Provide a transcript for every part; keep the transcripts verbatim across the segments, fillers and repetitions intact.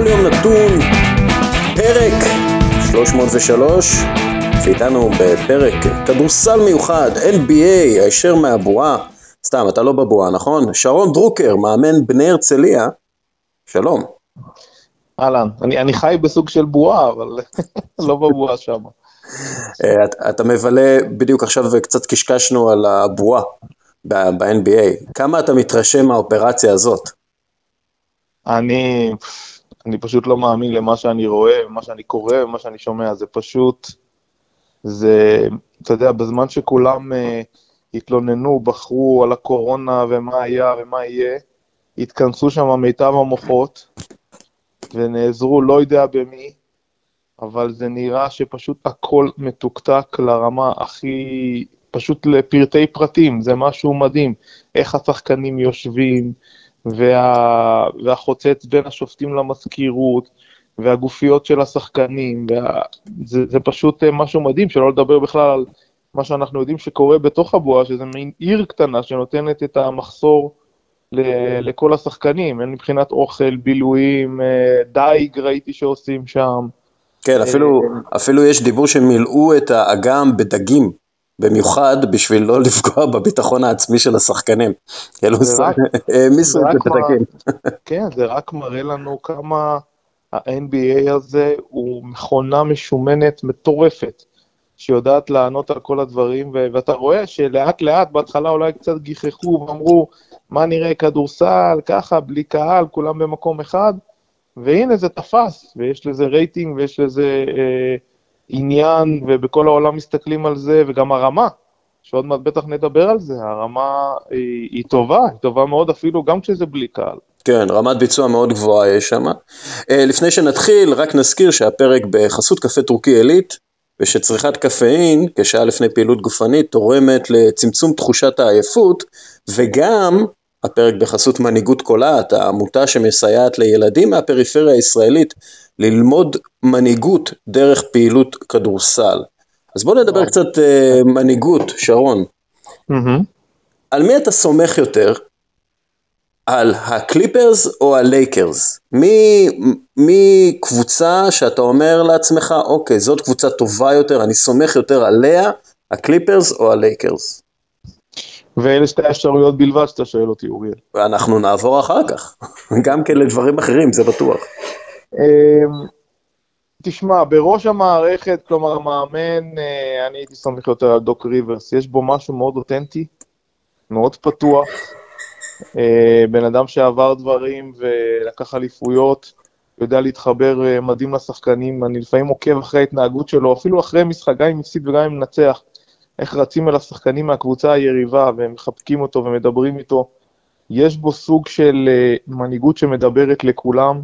יום נתון, פרק שלוש מאות ושלוש, ואיתנו בפרק כדורסל מיוחד, אן בי איי, הישר מהבועה, סתם, אתה לא בבועה, נכון? שרון דרוקר, מאמן בני הרצליה, שלום. אהלן, אני, אני חי בסוג של בועה, אבל לא בבועה שם. אתה, אתה מבלה, בדיוק עכשיו קצת קשקשנו על הבועה ב-אן בי איי, כמה אתה מתרשם מהאופרציה הזאת? אני, אני פשוט לא מאמין למה שאני רואה, מה שאני קורא, מה שאני שומע, זה פשוט, זה, אתה יודע, בזמן שכולם uh, התלוננו, בחרו על הקורונה ומה היה ומה יהיה, התכנסו שם מיטב המוחות, ונעזרו לא יודע במי, אבל זה נראה שפשוט הכל מתוקתק לרמה הכי, פשוט לפרטי פרטים, זה משהו מדהים, איך השחקנים יושבים, וה, והחוצץ בין השופטים למזכירות, והגופיות של השחקנים, וה, זה, זה פשוט משהו מדהים, שלא לדבר בכלל על מה שאנחנו יודעים שקורה בתוך הבועה, שזה מין עיר קטנה שנותנת את המחסור ל- לכל השחקנים, מבחינת אוכל, בילויים, דייג ראיתי שעושים שם. כן, אפילו, אפילו יש דיבור שמילאו את האגם בדגים, במיוחד בשביל לא לפגוע בביטחון העצמי של השחקנים. אלו מיסו את הדגים. כן, זה רק מראה לנו כמה ה-אן בי איי הזה הוא מכונה משומנת מטורפת, שיודעת לענות על כל הדברים, ו- ואתה רואה שלאט לאט בהתחלה אולי קצת גיחכו ואמרו, מה נראה כדורסל, ככה, בלי קהל, כולם במקום אחד, והנה זה תפס, ויש לזה רייטינג, ויש לזה אה, עניין, ובכל העולם מסתכלים על זה, וגם הרמה, שעוד מעט בטח נדבר על זה, הרמה היא, היא טובה, היא טובה מאוד אפילו, גם כשזה בלי קהל. כן, רמת ביצוע מאוד גבוהה יש שם. אה, לפני שנתחיל, רק נזכיר שהפרק בחסות קפה טורקי אלית, ושצריכת קפאין, כשעה לפני פעילות גופנית, תורמת לצמצום תחושת העייפות, וגם הפרק בחסות מנהיגות קולעת, העמותה שמסייעת לילדים מהפריפריה הישראלית ללמוד מנהיגות דרך פעילות כדורסל. אז בואו נדבר קצת uh, מנהיגות, שרון. Mm-hmm. על מי אתה סומך יותר? על הקליפרס או הלייקרס? מי, מי קבוצה שאתה אומר לעצמך, אוקיי, זאת קבוצה טובה יותר, אני סומך יותר עליה, הקליפרס או הלייקרס? ואלה שתי האפשרויות בלבד שאתה שואל אותי, אוריאל. ואנחנו נעבור אחר כך, גם כן לדברים אחרים, זה בטוח. תשמע, בראש המערכת, כלומר המאמן, אני הייתי סומך יותר על דוק ריברס, יש בו משהו מאוד אותנטי, מאוד פתוח, בן אדם שעבר דברים ולקח אליפויות, יודע להתחבר מדהים לשחקנים, אני לפעמים עוקב אחרי ההתנהגות שלו, אפילו אחרי משחק, גם אם הפסיד וגם אם נצח, איך רצים אל השחקנים מהקבוצה היריבה, והם מחבקים אותו ומדברים איתו, יש בו סוג של מנהיגות שמדברת לכולם,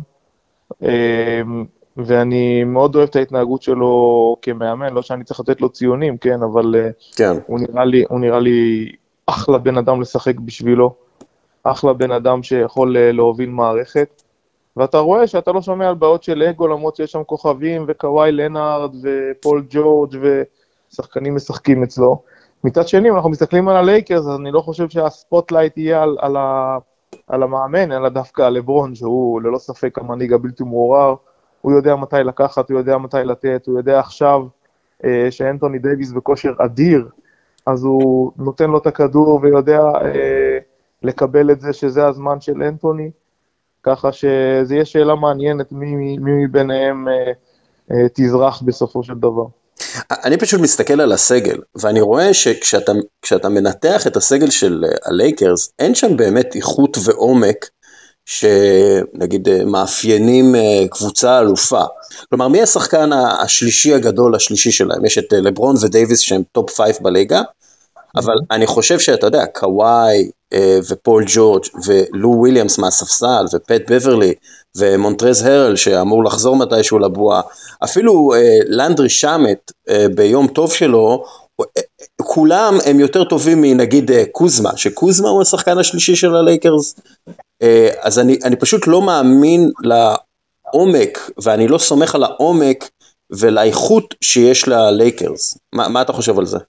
ואני מאוד אוהב את ההתנהגות שלו כמאמן, לא שאני צריך לתת לו ציונים, כן, אבל כן. הוא נראה לי, הוא נראה לי אחלה בן אדם לשחק בשבילו, אחלה בן אדם שיכול להוביל מערכת, ואתה רואה שאתה לא שומע על בעיות של אגו, למרות שיש שם כוכבים, וקוואי לנארד, ופול ג'ורג' ושחקנים משחקים אצלו. מצד שני, אנחנו מסתכלים על הלייקרס, אז אני לא חושב שהספוטלייט יהיה על, על, ה, על המאמן, אלא דווקא על לברון, שהוא ללא ספק המנהיג הבלתי מעורר, הוא יודע מתי לקחת, הוא יודע מתי לתת, הוא יודע עכשיו אה, שאנטוני דייביס בכושר אדיר, אז הוא נותן לו את הכדור ויודע אה, לקבל את זה שזה הזמן של אנטוני, ככה שזה יהיה שאלה מעניינת מי, מי, מי ביניהם אה, אה, תזרח בסופו של דבר. אני פשוט מסתכל על הסגל, ואני רואה שכשאתה כשאתה מנתח את הסגל של הלייקרס, אין שם באמת איכות ועומק, שנגיד מאפיינים קבוצה אלופה. כלומר, מי השחקן השלישי הגדול, השלישי שלהם? יש את לברון ודייביס שהם טופ פייב בליגה, אבל אני חושב שאתה יודע, קוואי ופול ג'ורג' ולו וויליאמס מהספסל, ופט בברלי ומונטרז הרל שאמור לחזור מתישהו לבועה, אפילו לנדרי שמט ביום טוב שלו, כולם הם יותר טובים מנגיד קוזמה, שקוזמה הוא השחקן השלישי של הלייקרס, אז אני, אני פשוט לא מאמין לעומק, ואני לא סומך על העומק ולאיכות שיש ללייקרס. מה, מה אתה חושב על זה?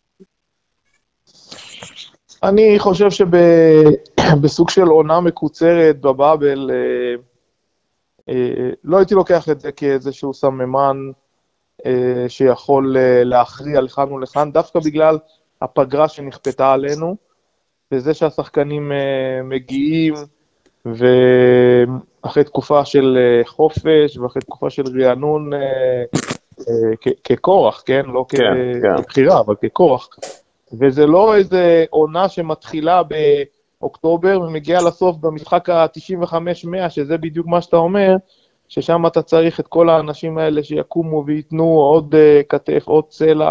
אני חושב שבסוג של עונה מקוצרת בבאבל, לא הייתי לוקח את זה כאיזשהו סממן שיכול להכריע לכאן ולכאן, דווקא בגלל הפגרה שנכפתה עלינו, וזה שהשחקנים מגיעים, ואחרי תקופה של חופש, ואחרי תקופה של רענון כקורח, כן? לא כבחירה, אבל כקורח. וזה לא איזה עונה שמתחילה באוקטובר, ומגיעה לסוף במשחק ה-תשעים וחמש מאה, שזה בדיוק מה שאתה אומר, ששם אתה צריך את כל האנשים האלה שיקומו ויתנו עוד כתף, עוד צלע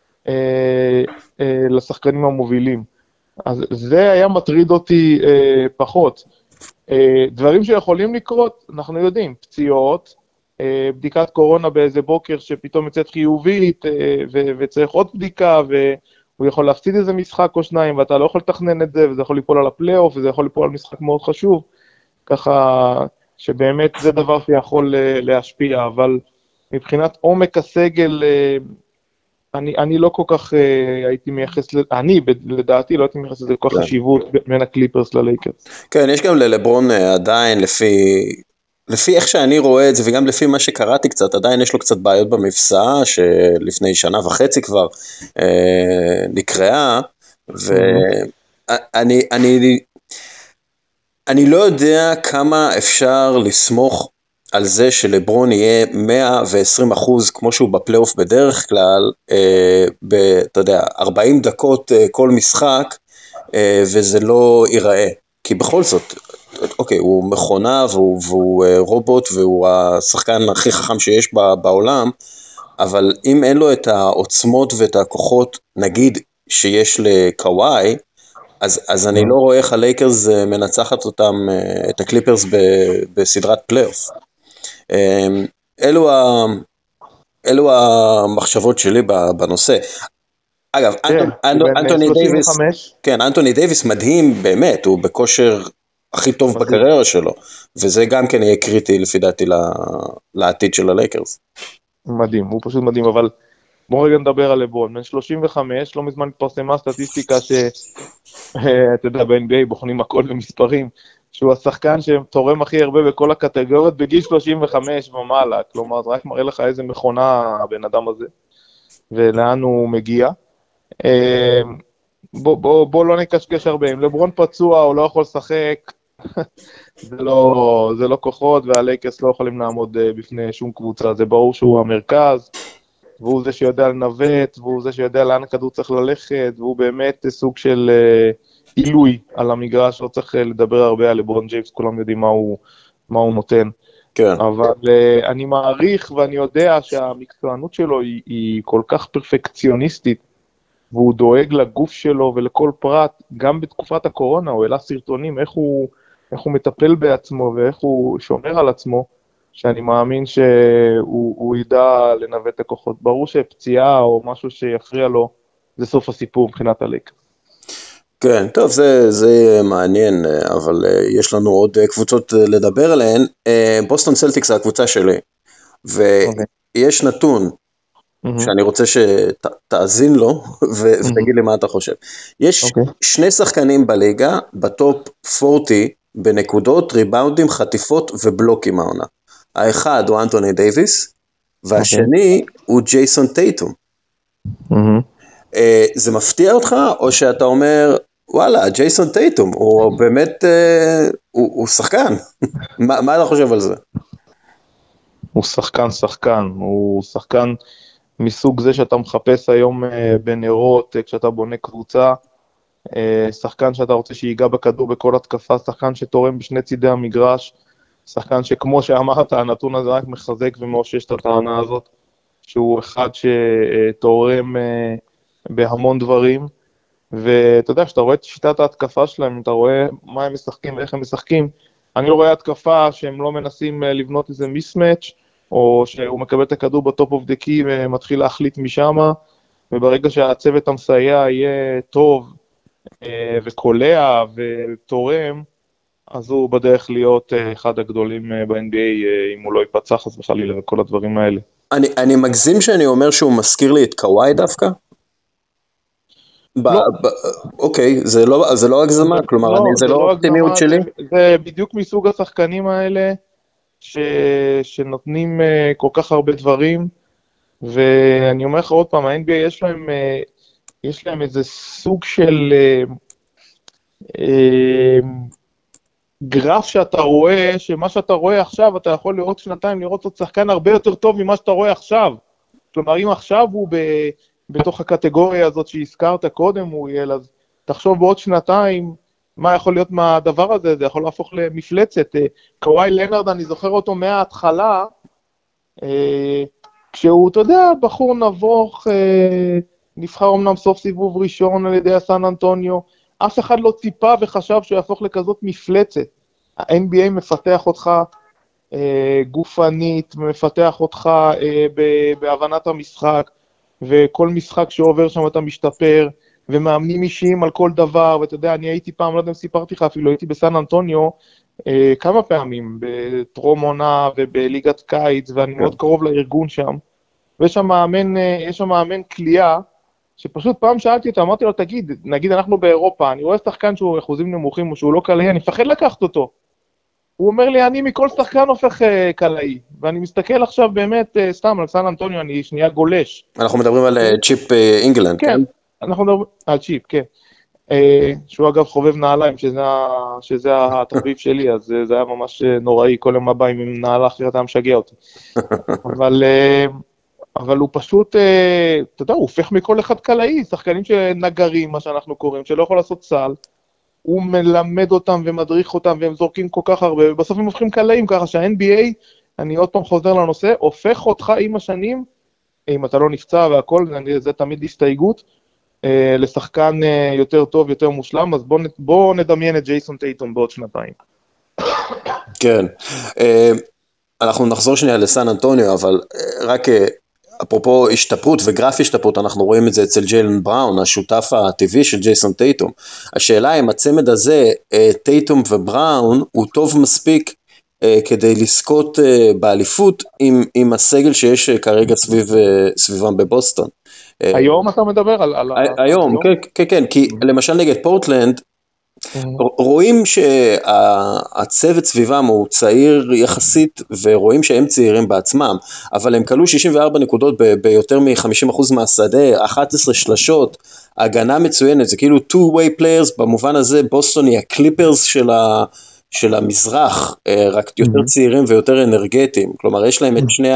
לשחקנים המובילים. אז זה היה מטריד אותי פחות. דברים שיכולים לקרות, אנחנו יודעים, פציעות, בדיקת קורונה באיזה בוקר שפתאום יצאת חיובית, וצריך עוד בדיקה, והוא יכול להפסיד איזה משחק או שניים, ואתה לא יכול לתכנן את זה, וזה יכול ליפול על הפלייאוף, וזה יכול ליפול על משחק מאוד חשוב, ככה שבאמת זה דבר שיכול להשפיע, אבל מבחינת עומק הסגל, אני, אני לא כל כך הייתי מייחס, אני לדעתי לא הייתי מייחס לזה כל כך חשיבות בין הקליפרס ללייקרס. כן, יש גם ללברון עדיין, לפי, לפי איך שאני רואה את זה, וגם לפי מה שקראתי קצת, עדיין יש לו קצת בעיות במפסעה, שלפני שנה וחצי כבר אה, נקראה, ואני אני, אני לא יודע כמה אפשר לסמוך על זה שלברון יהיה מאה ועשרים אחוז כמו שהוא בפלייאוף בדרך כלל, אה, ב, אתה יודע, ארבעים דקות אה, כל משחק, אה, וזה לא ייראה. כי בכל זאת, אוקיי, הוא מכונה והוא, והוא אה, רובוט והוא השחקן הכי חכם שיש בעולם, אבל אם אין לו את העוצמות ואת הכוחות, נגיד שיש לקוואי, אז, אז אני לא רואה איך הלייקרס מנצחת אותם, את הקליפרס ב, בסדרת פלייאוף. אלו, ה, אלו המחשבות שלי בנושא. אגב, אנטוני, אנטוני דייביס, כן, אנטוני דייביס מדהים באמת, הוא בכושר הכי טוב בקריירה שלו, וזה גם כן יהיה קריטי לפי דעתי לעתיד של הלייקרס. מדהים, הוא פשוט מדהים, אבל בואו רגע נדבר על לברון, בן שלושים וחמש, לא מזמן התפרסמה סטטיסטיקה שאתה יודע, ב-אן בי איי בוחנים הכל במספרים, שהוא השחקן שתורם הכי הרבה בכל הקטגוריות בגיל שלושים וחמש ומעלה, כלומר זה רק מראה לך איזה מכונה הבן אדם הזה, ולאן הוא מגיע. בוא, בוא, בוא לא נקשקש הרבה, אם לברון פצוע או לא יכול לשחק, זה לא, זה לא כוחות, והלייקרס לא יכולים לעמוד בפני שום קבוצה, זה ברור שהוא המרכז, והוא זה שיודע לנווט, והוא זה שיודע לאן הכדור צריך ללכת, והוא באמת סוג של עילוי על המגרש, לא צריך לדבר הרבה על לברון ג'יימס, כולם יודעים מה הוא, מה הוא נותן. כן. אבל אני מעריך ואני יודע שהמקצוענות שלו היא, היא כל כך פרפקציוניסטית, והוא דואג לגוף שלו ולכל פרט, גם בתקופת הקורונה, הוא העלה סרטונים, איך הוא, איך הוא מטפל בעצמו ואיך הוא שומר על עצמו, שאני מאמין שהוא ידע לנווט את הכוחות. ברור שפציעה או משהו שיפריע לו, זה סוף הסיפור מבחינת הליק. כן, טוב, זה, זה מעניין, אבל יש לנו עוד קבוצות לדבר עליהן. בוסטון סלטיקס זה הקבוצה שלי, ויש נתון שאני רוצה שתאזין לו, ותגיד לי מה אתה חושב. יש שני שחקנים בליגה, בטופ ארבעים, בנקודות, ריבאונדים, חטיפות ובלוקים העונה. האחד הוא אנטוני דייביס, והשני הוא ג'ייסון טייטום. זה מפתיע אותך, או שאתה אומר, וואלה, ג'ייסון טייטום, הוא באמת, הוא שחקן. מה אתה חושב על זה? הוא שחקן, שחקן. הוא שחקן מסוג זה שאתה מחפש היום בנרות, כשאתה בונה קבוצה, שחקן שאתה רוצה שיגע בכדור בכל התקפה, שחקן שתורם בשני צידי המגרש, שחקן שכמו שאמרת, הנתון הזה רק מחזק ומאושש את הטענה הזאת, שהוא אחד שתורם בהמון דברים, ואתה יודע, שאתה רואה את שיטת ההתקפה שלהם, אתה רואה מה הם משחקים ואיך הם משחקים, אני לא רואה התקפה שהם לא מנסים לבנות איזה מיסמץ', או שהוא מקבל את הכדור בטופ אוף דה קי ומתחיל להחליט משם, וברגע שהצוות המסייע יהיה טוב וקולע ותורם, אז הוא בדרך להיות אחד הגדולים ב-אן בי איי, אם הוא לא ייפצע חס וחלילה וכל הדברים האלה. אני, אני מגזים שאני אומר שהוא מזכיר לי את קוואי דווקא? ב, לא. ב, אוקיי, זה לא, זה לא הגזמה, כלומר, לא, אני, זה, זה לא אופטימיות שלי? זה, זה בדיוק מסוג השחקנים האלה, ש, שנותנים uh, כל כך הרבה דברים, ואני אומר לך עוד פעם, ה-אן בי איי יש להם, uh, יש להם איזה סוג של uh, uh, גרף שאתה רואה, שמה שאתה רואה עכשיו, אתה יכול לראות שנתיים, לראות עוד שחקן הרבה יותר טוב ממה שאתה רואה עכשיו. כלומר, אם עכשיו הוא ב, בתוך הקטגוריה הזאת שהזכרת קודם, הוא יהיה, אז תחשוב בעוד שנתיים, מה יכול להיות מהדבר הזה, זה יכול להפוך למפלצת. קוואי לנארד, אני זוכר אותו מההתחלה, כשהוא, אתה יודע, בחור נבוך, נבחר אמנם סוף סיבוב ראשון על ידי הסן אנטוניו, אף אחד לא ציפה וחשב שהוא יהפוך לכזאת מפלצת. ה-אן בי איי מפתח אותך גופנית, מפתח אותך בהבנת המשחק, וכל משחק שעובר שם אתה משתפר, ומאמנים אישיים על כל דבר, ואתה יודע, אני הייתי פעם, לא יודע אם סיפרתי לך אפילו, הייתי בסן אנטוניו אה, כמה פעמים, בטרום עונה ובליגת קיץ, ואני מאוד קרוב לארגון שם, ויש שם מאמן, אה, יש שם מאמן קליעה, שפשוט פעם שאלתי אותו, אמרתי לו, תגיד, נגיד אנחנו באירופה, אני רואה שחקן שהוא אחוזים נמוכים, או שהוא לא קלעי, אני מפחד לקחת אותו. הוא אומר לי, אני מכל שחקן הופך אה, קלעי, ואני מסתכל עכשיו באמת, אה, סתם, על סן אנטוניו, אני שנייה גולש. אנחנו מדברים על אה, צ'יפ אה, אינגלנד, כן? כן? אנחנו מדברים על צ'יפ, כן. שהוא אגב חובב נעליים, שזה, שזה התחביב שלי, אז זה היה ממש נוראי, כל יום הבא עם נעלה אחרת היה משגע אותי. אבל, אבל הוא פשוט, אתה יודע, הוא הופך מכל אחד קלעי, שחקנים שנגרים, מה שאנחנו קוראים, שלא יכול לעשות סל, הוא מלמד אותם ומדריך אותם, והם זורקים כל כך הרבה, ובסוף הם הופכים קלעים, ככה שה-אן בי איי, אני עוד פעם חוזר לנושא, הופך אותך עם השנים, אם אתה לא נפצע והכל, זה, זה תמיד הסתייגות, לשחקן יותר טוב, יותר מושלם, אז בוא, בוא נדמיין את ג'ייסון טייטום בעוד שנתיים. כן, אנחנו נחזור שנייה לסן אנטוניו, אבל רק אפרופו השתפרות וגרף השתפרות, אנחנו רואים את זה אצל ג'יילן בראון, השותף הטבעי של ג'ייסון טייטום. השאלה אם הצמד הזה, טייטום ובראון, הוא טוב מספיק כדי לזכות באליפות עם, עם הסגל שיש כרגע סביב, סביבם בבוסטון. היום אתה מדבר על... על היום, כן, כן, כן, כי למשל נגד פורטלנד, רואים שהצוות סביבם הוא צעיר יחסית, ורואים שהם צעירים בעצמם, אבל הם קלו שישים וארבע נקודות ביותר מ-חמישים אחוז מהשדה, אחת עשרה שלשות, הגנה מצוינת, זה כאילו two-way players, במובן הזה בוסטון היא הקליפרס של ה... של המזרח, רק יותר צעירים ויותר אנרגטיים, כלומר יש להם את שני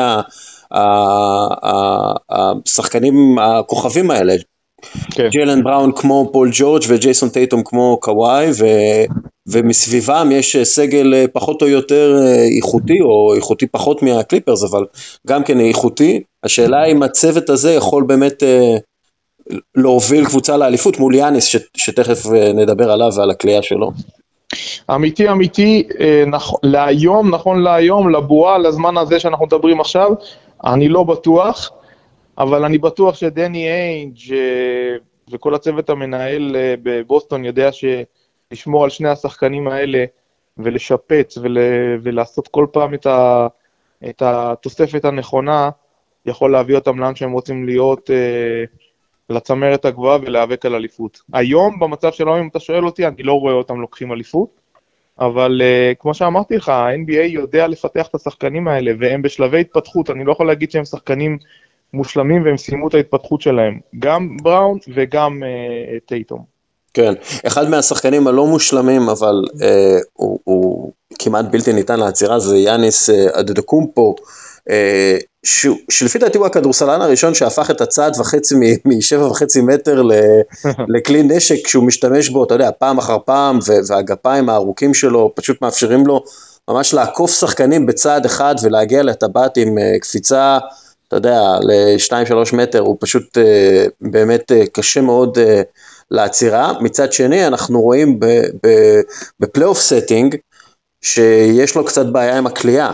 השחקנים הכוכבים האלה, ג'יילן בראון כמו פול ג'ורג' וג'ייסון טייטום כמו קוואי, ומסביבם יש סגל פחות או יותר איכותי, או איכותי פחות מהקליפרס, אבל גם כן איכותי. השאלה אם הצוות הזה יכול באמת להוביל קבוצה לאליפות מול יאניס, שתכף נדבר עליו ועל הקליעה שלו. אמיתי, אמיתי, נכ... להיום, נכון להיום, לבועה, לזמן הזה שאנחנו מדברים עכשיו, אני לא בטוח, אבל אני בטוח שדני איינג' וכל הצוות המנהל בבוסטון יודע שלשמור על שני השחקנים האלה, ולשפץ ול... ולעשות כל פעם את, ה... את התוספת הנכונה, יכול להביא אותם לאן שהם רוצים להיות לצמרת הגבוהה ולהיאבק על אליפות. היום, במצב שלו, אם אתה שואל אותי, אני לא רואה אותם לוקחים אליפות, אבל uh, כמו שאמרתי לך, ה-אן בי איי יודע לפתח את השחקנים האלה, והם בשלבי התפתחות, אני לא יכול להגיד שהם שחקנים מושלמים, והם סיימו את ההתפתחות שלהם, גם בראון וגם uh, טייטום. כן, אחד מהשחקנים הלא מושלמים, אבל uh, הוא, הוא כמעט בלתי ניתן להצירה, זה יאניס אדדוקומפו, uh, שלפי דעתי הוא הכדורסלן הראשון שהפך את הצעד וחצי משבע וחצי מטר לכלי נשק שהוא משתמש בו, אתה יודע, פעם אחר פעם, והגפיים הארוכים שלו פשוט מאפשרים לו ממש לעקוף שחקנים בצעד אחד ולהגיע לטבעת עם קפיצה, אתה יודע, ל-שתיים שלוש מטר, הוא פשוט באמת קשה מאוד לעצירה. מצד שני אנחנו רואים בפלייאוף סטינג שיש לו קצת בעיה עם הקליעה,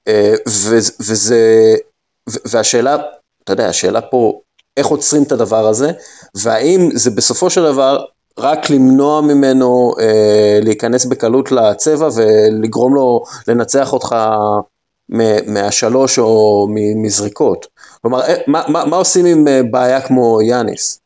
וזה, והשאלה, אתה יודע, השאלה פה, איך עוצרים את הדבר הזה, והאם זה בסופו של דבר רק למנוע ממנו אה, להיכנס בקלות לצבע, ולגרום לו לנצח אותך מהשלוש או מזריקות. כלומר, מה, מה, מה עושים עם בעיה כמו יאניס?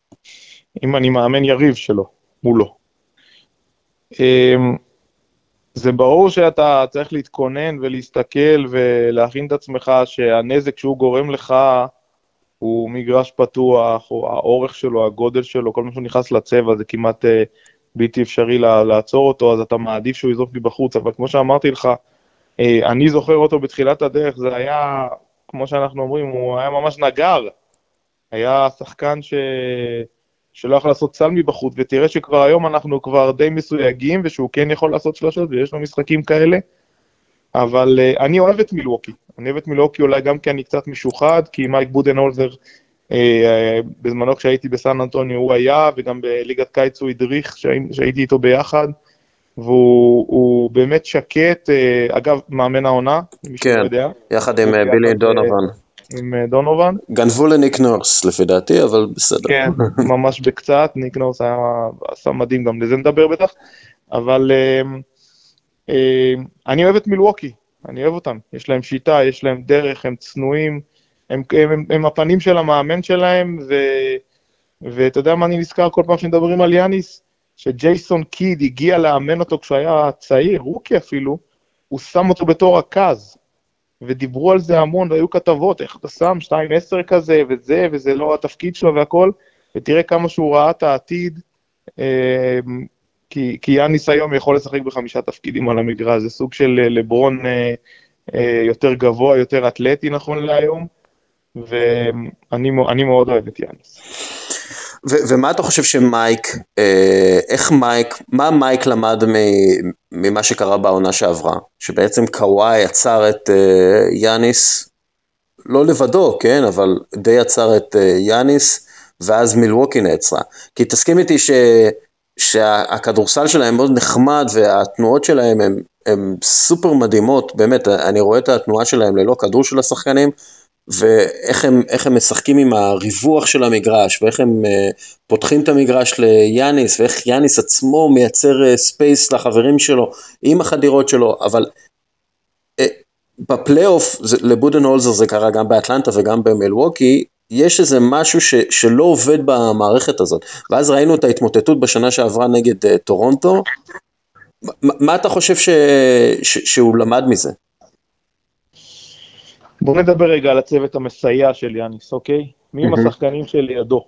אם אני מאמן יריב שלו, הוא לא. זה ברור שאתה צריך להתכונן ולהסתכל ולהכין את עצמך שהנזק שהוא גורם לך הוא מגרש פתוח, או האורך שלו, הגודל שלו, כל מה שהוא נכנס לצבע, זה כמעט uh, בלתי אפשרי לעצור אותו, אז אתה מעדיף שהוא יזוף מבחוץ, אבל כמו שאמרתי לך, uh, אני זוכר אותו בתחילת הדרך, זה היה, כמו שאנחנו אומרים, הוא היה ממש נגר, היה שחקן ש... שלא יכול לעשות סל מבחוץ, ותראה שכבר היום אנחנו כבר די מסויגים, ושהוא כן יכול לעשות שלושות, ויש לו משחקים כאלה, אבל uh, אני אוהב את מילווקי, אני אוהב את מילווקי אולי גם כי אני קצת משוחד, כי מייק בודנהולזר, uh, uh, בזמנו כשהייתי בסן אנטוניו הוא היה, וגם בליגת קיץ הוא הדריך שהי, שהייתי איתו ביחד, והוא באמת שקט, uh, אגב, מאמן העונה, מי כן, יודע. יחד עם בילי דונובן. עם דונובן. גנבו לניק נורס לפי דעתי, אבל בסדר. כן, ממש בקצת, ניק נורס היה, עשה מדהים, גם לזה נדבר בטח, אבל... Uh, אני אוהב את מילווקי, אני אוהב אותם, יש להם שיטה, יש להם דרך, הם צנועים, הם, הם, הם, הם הפנים של המאמן שלהם, ו, ואתה יודע מה אני נזכר כל פעם שמדברים על יאניס, שג'ייסון קיד הגיע לאמן אותו כשהוא היה צעיר, רוקי אפילו, הוא שם אותו בתור רכז, ודיברו על זה המון, והיו כתבות, איך אתה שם שתיים עשר כזה, וזה, וזה לא התפקיד שלו והכל, ותראה כמה שהוא ראה את העתיד, כי, כי יאניס היום יכול לשחק בחמישה תפקידים על המגרש, זה סוג של לברון אה, אה, יותר גבוה, יותר אתלטי נכון להיום, ואני אני מאוד אוהב את יאניס. ו- ומה אתה חושב שמייק, אה, איך מייק, מה מייק למד מ- ממה שקרה בעונה שעברה? שבעצם קוואי יצר את אה, יאניס, לא לבדו, כן, אבל די יצר את אה, יאניס, ואז מילווקי נעצרה. כי תסכים איתי ש... שהכדורסל שלהם מאוד נחמד, והתנועות שלהם הם, הם סופר מדהימות, באמת, אני רואה את התנועה שלהם ללא כדור של השחקנים, ואיך הם, איך הם משחקים עם הריווח של המגרש, ואיך הם uh, פותחים את המגרש ליאניס, ואיך יאניס עצמו מייצר uh, ספייס לחברים שלו, עם החדירות שלו, אבל uh, בפלייאוף, לבודנהולזר זה קרה גם באטלנטה וגם במילווקי, יש איזה משהו ש, שלא עובד במערכת הזאת, ואז ראינו את ההתמוטטות בשנה שעברה נגד uh, טורונטו, מה, מה אתה חושב ש, ש, שהוא למד מזה? בוא נדבר רגע על הצוות המסייע של יאניס, אוקיי? מי עם השחקנים שלידו?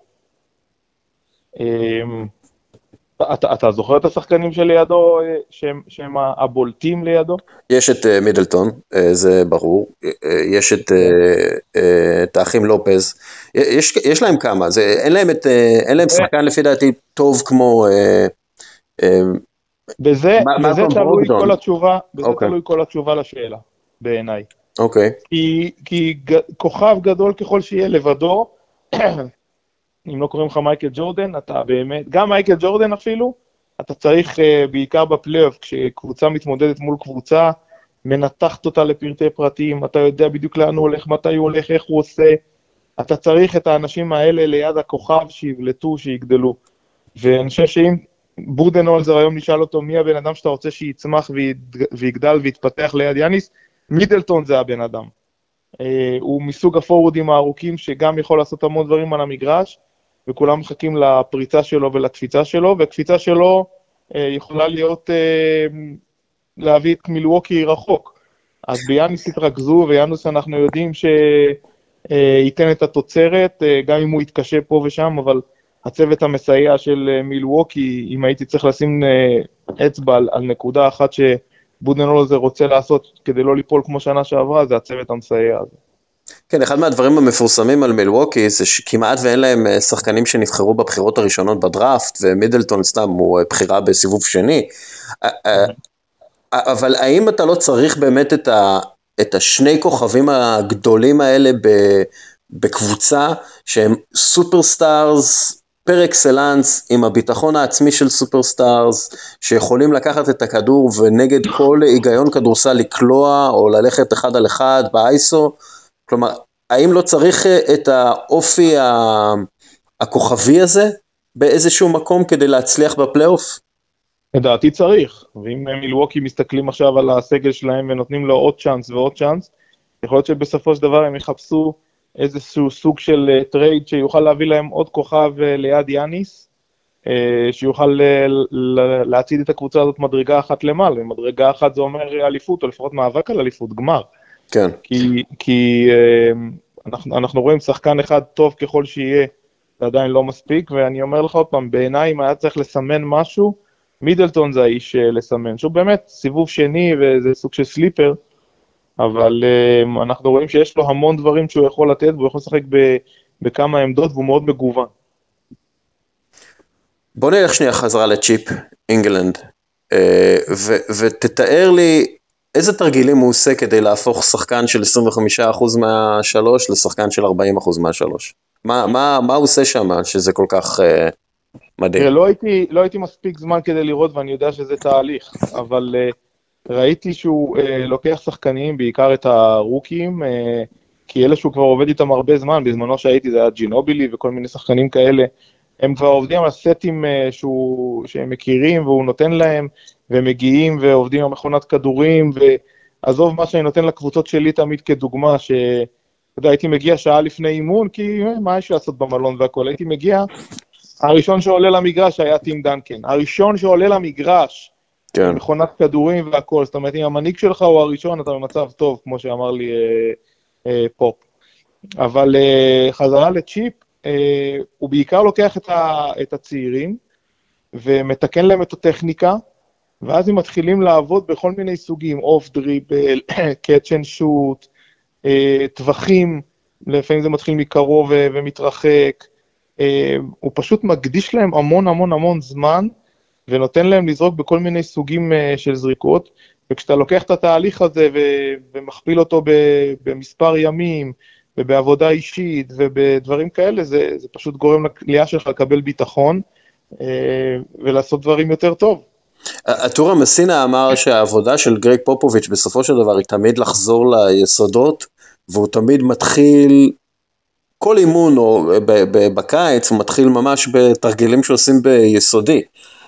אתה, אתה זוכר את השחקנים שלידו, שהם, שהם הבולטים לידו? יש את uh, מידלטון, uh, זה ברור, uh, יש את, uh, uh, את האחים לופז, יש, יש להם כמה, זה, אין להם, את, uh, אין להם שחקן לפי דעתי טוב כמו... Uh, uh, בזה, מה, בזה תלוי כל התשובה, בזה okay. תלוי כל התשובה לשאלה, בעיניי. אוקיי. Okay. כי, כי ג, כוכב גדול ככל שיהיה לבדו, אם לא קוראים לך מייקל ג'ורדן, אתה באמת, גם מייקל ג'ורדן אפילו, אתה צריך uh, בעיקר בפלייאוף, כשקבוצה מתמודדת מול קבוצה, מנתחת אותה לפרטי פרטים, אתה יודע בדיוק לאן הוא הולך, מתי הוא הולך, איך הוא עושה, אתה צריך את האנשים האלה ליד הכוכב שיבלטו, שיגדלו. ואני חושב שאם בודנהולזר היום נשאל אותו, מי הבן אדם שאתה רוצה שיצמח ויגדל ויתפתח ליד יאניס, מידלטון זה הבן אדם. Uh, הוא מסוג הפורורדים הארוכים שגם יכול לעשות המון דברים על המגרש, וכולם מחכים לפריצה שלו ולקפיצה שלו, והקפיצה שלו uh, יכולה להיות, uh, להביא את מילווקי רחוק. אז ביאניס התרכזו, ויאניס אנחנו יודעים שייתן uh, את התוצרת, uh, גם אם הוא יתקשה פה ושם, אבל הצוות המסייע של uh, מילווקי, אם הייתי צריך לשים uh, אצבע על, על נקודה אחת ש... בודנהולזר רוצה לעשות כדי לא ליפול כמו שנה שעברה, זה הצוות המסייע הזה. כן, אחד מהדברים המפורסמים על מילווקי, זה שכמעט ואין להם שחקנים שנבחרו בבחירות הראשונות בדראפט, ומידלטון סתם הוא בחירה בסיבוב שני, אבל האם אתה לא צריך באמת את, ה, את השני כוכבים הגדולים האלה בקבוצה, שהם סופרסטארס, פר אקסלנס, עם הביטחון העצמי של סופרסטארס, שיכולים לקחת את הכדור ונגד כל היגיון כדורסל לקלוע, או ללכת אחד על אחד באייסו, כלומר, האם לא צריך את האופי הכוכבי הזה, באיזשהו מקום כדי להצליח בפלייאוף? לדעתי צריך, ואם מילווקי מסתכלים עכשיו על הסגל שלהם, ונותנים לו עוד צ'אנס ועוד צ'אנס, יכול להיות שבסופו של דבר הם יחפשו, איזשהו סוג של טרייד שיוכל להביא להם עוד כוכב ליד יאניס, שיוכל להציד את הקבוצה הזאת מדרגה אחת למעלה, מדרגה אחת זה אומר אליפות, או לפחות מאבק על אליפות, גמר. כן. כי, כי אנחנו, אנחנו רואים שחקן אחד טוב ככל שיהיה, זה עדיין לא מספיק, ואני אומר לך עוד פעם, בעיניי אם היה צריך לסמן משהו, מידלטון זה האיש לסמן, שהוא באמת סיבוב שני וזה סוג של סליפר, אבל אנחנו רואים שיש לו המון דברים שהוא יכול לתת, והוא יכול לשחק בכמה עמדות, והוא מאוד מגוון. בוא נלך שנייה חזרה לצ'יפ, אינגלנד, ותתאר לי איזה תרגילים הוא עושה כדי להפוך שחקן של עשרים וחמישה אחוז מהשלוש לשחקן של ארבעים אחוז מהשלוש. מה, מה, מה הוא עושה שם שזה כל כך uh, מדהים? לא הייתי, לא הייתי מספיק זמן כדי לראות, ואני יודע שזה תהליך, אבל uh, ראיתי שהוא uh, לוקח שחקנים, בעיקר את הרוקים, uh, כי אלה שהוא כבר עובד איתם הרבה זמן, בזמנו שהייתי זה היה ג'ינובילי וכל מיני שחקנים כאלה, הם כבר עובדים על סטים uh, שהוא, שהם מכירים והוא נותן להם, והם מגיעים ועובדים על מכונת כדורים, ועזוב מה שאני נותן לקבוצות שלי תמיד כדוגמה, ש... יודע, הייתי מגיע שעה לפני אימון, כי מה יש לעשות במלון והכל, הייתי מגיע, הראשון שעולה למגרש היה טים דנקן, הראשון שעולה למגרש, כן. מכונת כדורים והכל, זאת אומרת, אם המנהיג שלך הוא הראשון, אתה במצב טוב, כמו שאמר לי אה, אה, פופ. אבל אה, חזרה לצ'יפ, אה, הוא בעיקר לוקח את, ה, את הצעירים, ומתקן להם את הטכניקה, ואז הם מתחילים לעבוד בכל מיני סוגים, אוף דריבל, קאץ' אנד שוט, טווחים, לפעמים זה מתחיל מקרוב ומתרחק, הוא פשוט מקדיש להם המון המון המון זמן, ונותן להם לזרוק בכל מיני סוגים של זריקות, וכשאתה לוקח את התהליך הזה ומכפיל אותו במספר ימים, ובעבודה אישית ובדברים כאלה, זה, זה פשוט גורם לקליעה שלך לקבל ביטחון, ולעשות דברים יותר טוב. הטורה מסינה אמר שהעבודה של גרג פופוביץ' בסופו של דבר היא תמיד לחזור ליסודות, והוא תמיד מתחיל, כל אימון או בקיץ, הוא מתחיל ממש בתרגילים שעושים ביסודי.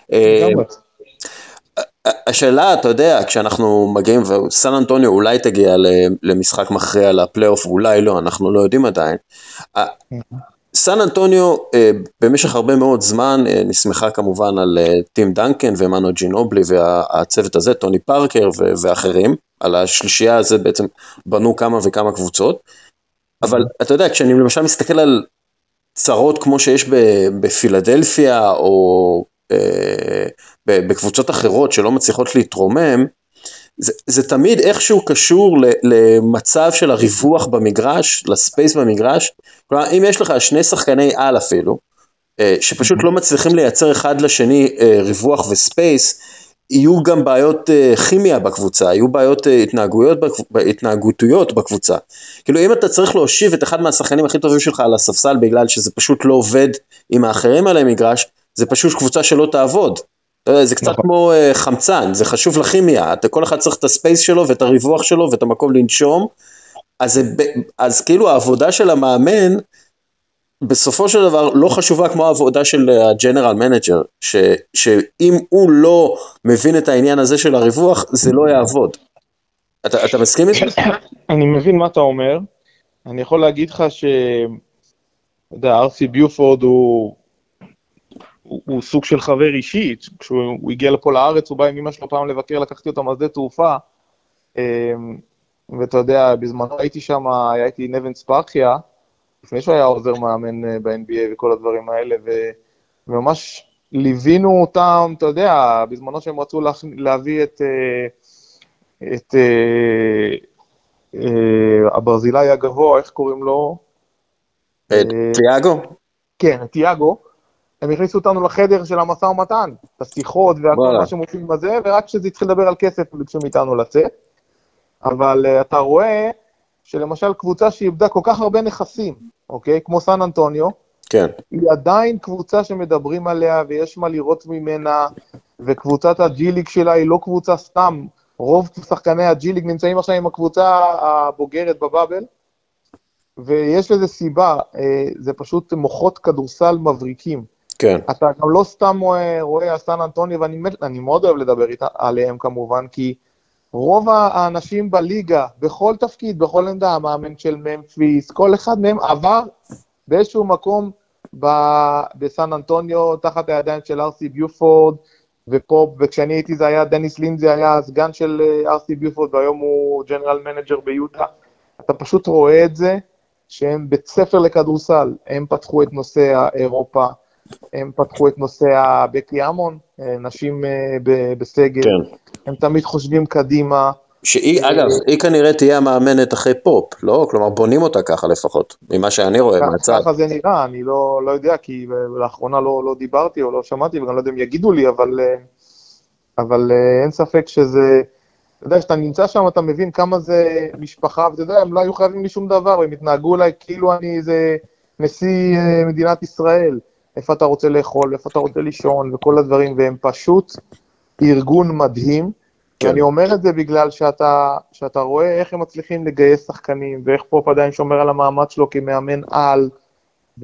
השאלה, אתה יודע, כשאנחנו מגיעים, וסן אנטוניו אולי תגיע למשחק מכריע לפלייאוף, אולי לא, אנחנו לא יודעים עדיין. סן אנטוניו במשך הרבה מאוד זמן נסמכה כמובן על טים דנקן ומנו ג'ינובלי והצוות הזה, טוני פארקר ואחרים, על השלישייה הזה בעצם בנו כמה וכמה קבוצות, אבל אתה יודע, כשאני למשל מסתכל על צרות כמו שיש בפילדלפיה או בקבוצות אחרות שלא מצליחות להתרומם, זה, זה תמיד איכשהו קשור למצב של הריווח במגרש, לספייס במגרש. כלומר, אם יש לך שני שחקני על אפילו, שפשוט לא מצליחים לייצר אחד לשני ריווח וספייס, יהיו גם בעיות כימיה בקבוצה, יהיו בעיות התנהגויות, התנהגותיות בקבוצה. כאילו, אם אתה צריך להושיב את אחד מהשחקנים הכי טובים שלך על הספסל, בגלל שזה פשוט לא עובד עם האחרים על המגרש, זה פשוט קבוצה שלא תעבוד. זה קצת כמו חמצן, זה חשוב לכימיה, כל אחד צריך את הספייס שלו ואת הריווח שלו ואת המקום לנשום, אז, אז כאילו העבודה של המאמן, בסופו של דבר לא חשובה כמו העבודה של הג'נרל מנג'ר, ש, שאם הוא לא מבין את העניין הזה של הריווח, זה לא יעבוד. אתה, אתה מסכים עם זה? אני מבין מה אתה אומר, אני יכול להגיד לך ש... יודע, ארסי ביופורד הוא... הוא, הוא סוג של חבר אישית, כשהוא הגיע לפה לארץ, הוא בא עם אמא שלו פעם לבקר, לקחתי אותה משדה תעופה, ואתה יודע, בזמנו הייתי שם, הייתי נבן ספרחיה, לפני שהוא היה עוזר מאמן ב-אן בי איי וכל הדברים האלה, וממש ליווינו אותם, אתה יודע, בזמנו שהם רצו לה, להביא את, את, את הברזילאי הגבוה, איך קוראים לו? את תיאגו? כן, את תיאגו. הם הכניסו אותנו לחדר של המשא ומתן, את השיחות והכל מה שמופיעים בזה, ורק כשזה התחיל לדבר על כסף, ביקשו מאיתנו לצאת. אבל uh, אתה רואה שלמשל קבוצה שאיבדה כל כך הרבה נכסים, אוקיי? כמו סן אנטוניו, כן. היא עדיין קבוצה שמדברים עליה, ויש מה לראות ממנה, וקבוצת הג'יליג שלה היא לא קבוצה סתם, רוב שחקני הג'יליג נמצאים עכשיו עם הקבוצה הבוגרת בבבל, ויש לזה סיבה, זה פשוט מוחות כדורסל מבריקים. כן. אתה גם לא סתם רואה סן אנטוניו, ואני מאוד אוהב לדבר עליהם כמובן, כי רוב האנשים בליגה, בכל תפקיד, בכל עמדה, המאמן של ממפיס, כל אחד מהם עבר באיזשהו מקום בסן אנטוניו, תחת הידיים של ארסי ביופורד, ופה, וכשאני הייתי זה היה, דניס לינזי היה הסגן של ארסי ביופורד, והיום הוא ג'נרל מנג'ר ביוטה. אתה פשוט רואה את זה, שהם בית ספר לכדורסל, הם פתחו את נושא האירופה, הם פתחו את נושא הבקי אמון, נשים בסגל, כן. הם תמיד חושבים קדימה. שהיא, אגב, היא כנראה תהיה המאמנת אחרי פופ, לא? כלומר, בונים אותה ככה לפחות, ממה שאני רואה מהצד. ככה זה נראה, אני לא, לא יודע, כי לאחרונה לא, לא דיברתי או לא שמעתי, וגם לא יודע אם יגידו לי, אבל, אבל אין ספק שזה, אתה יודע, שאתה נמצא שם, אתה מבין כמה זה משפחה, ואתה יודע, הם לא היו חייבים לי שום דבר, הם התנהגו אליי כאילו אני איזה נשיא מדינת ישראל, איפה אתה רוצה לאכול, איפה אתה רוצה לישון, וכל הדברים, והם פשוט ארגון מדהים, כן. ואני אומר את זה בגלל שאתה, שאתה רואה איך הם מצליחים לגייס שחקנים, ואיך פופ עדיין שומר על המאמץ שלו כמאמן על, ו...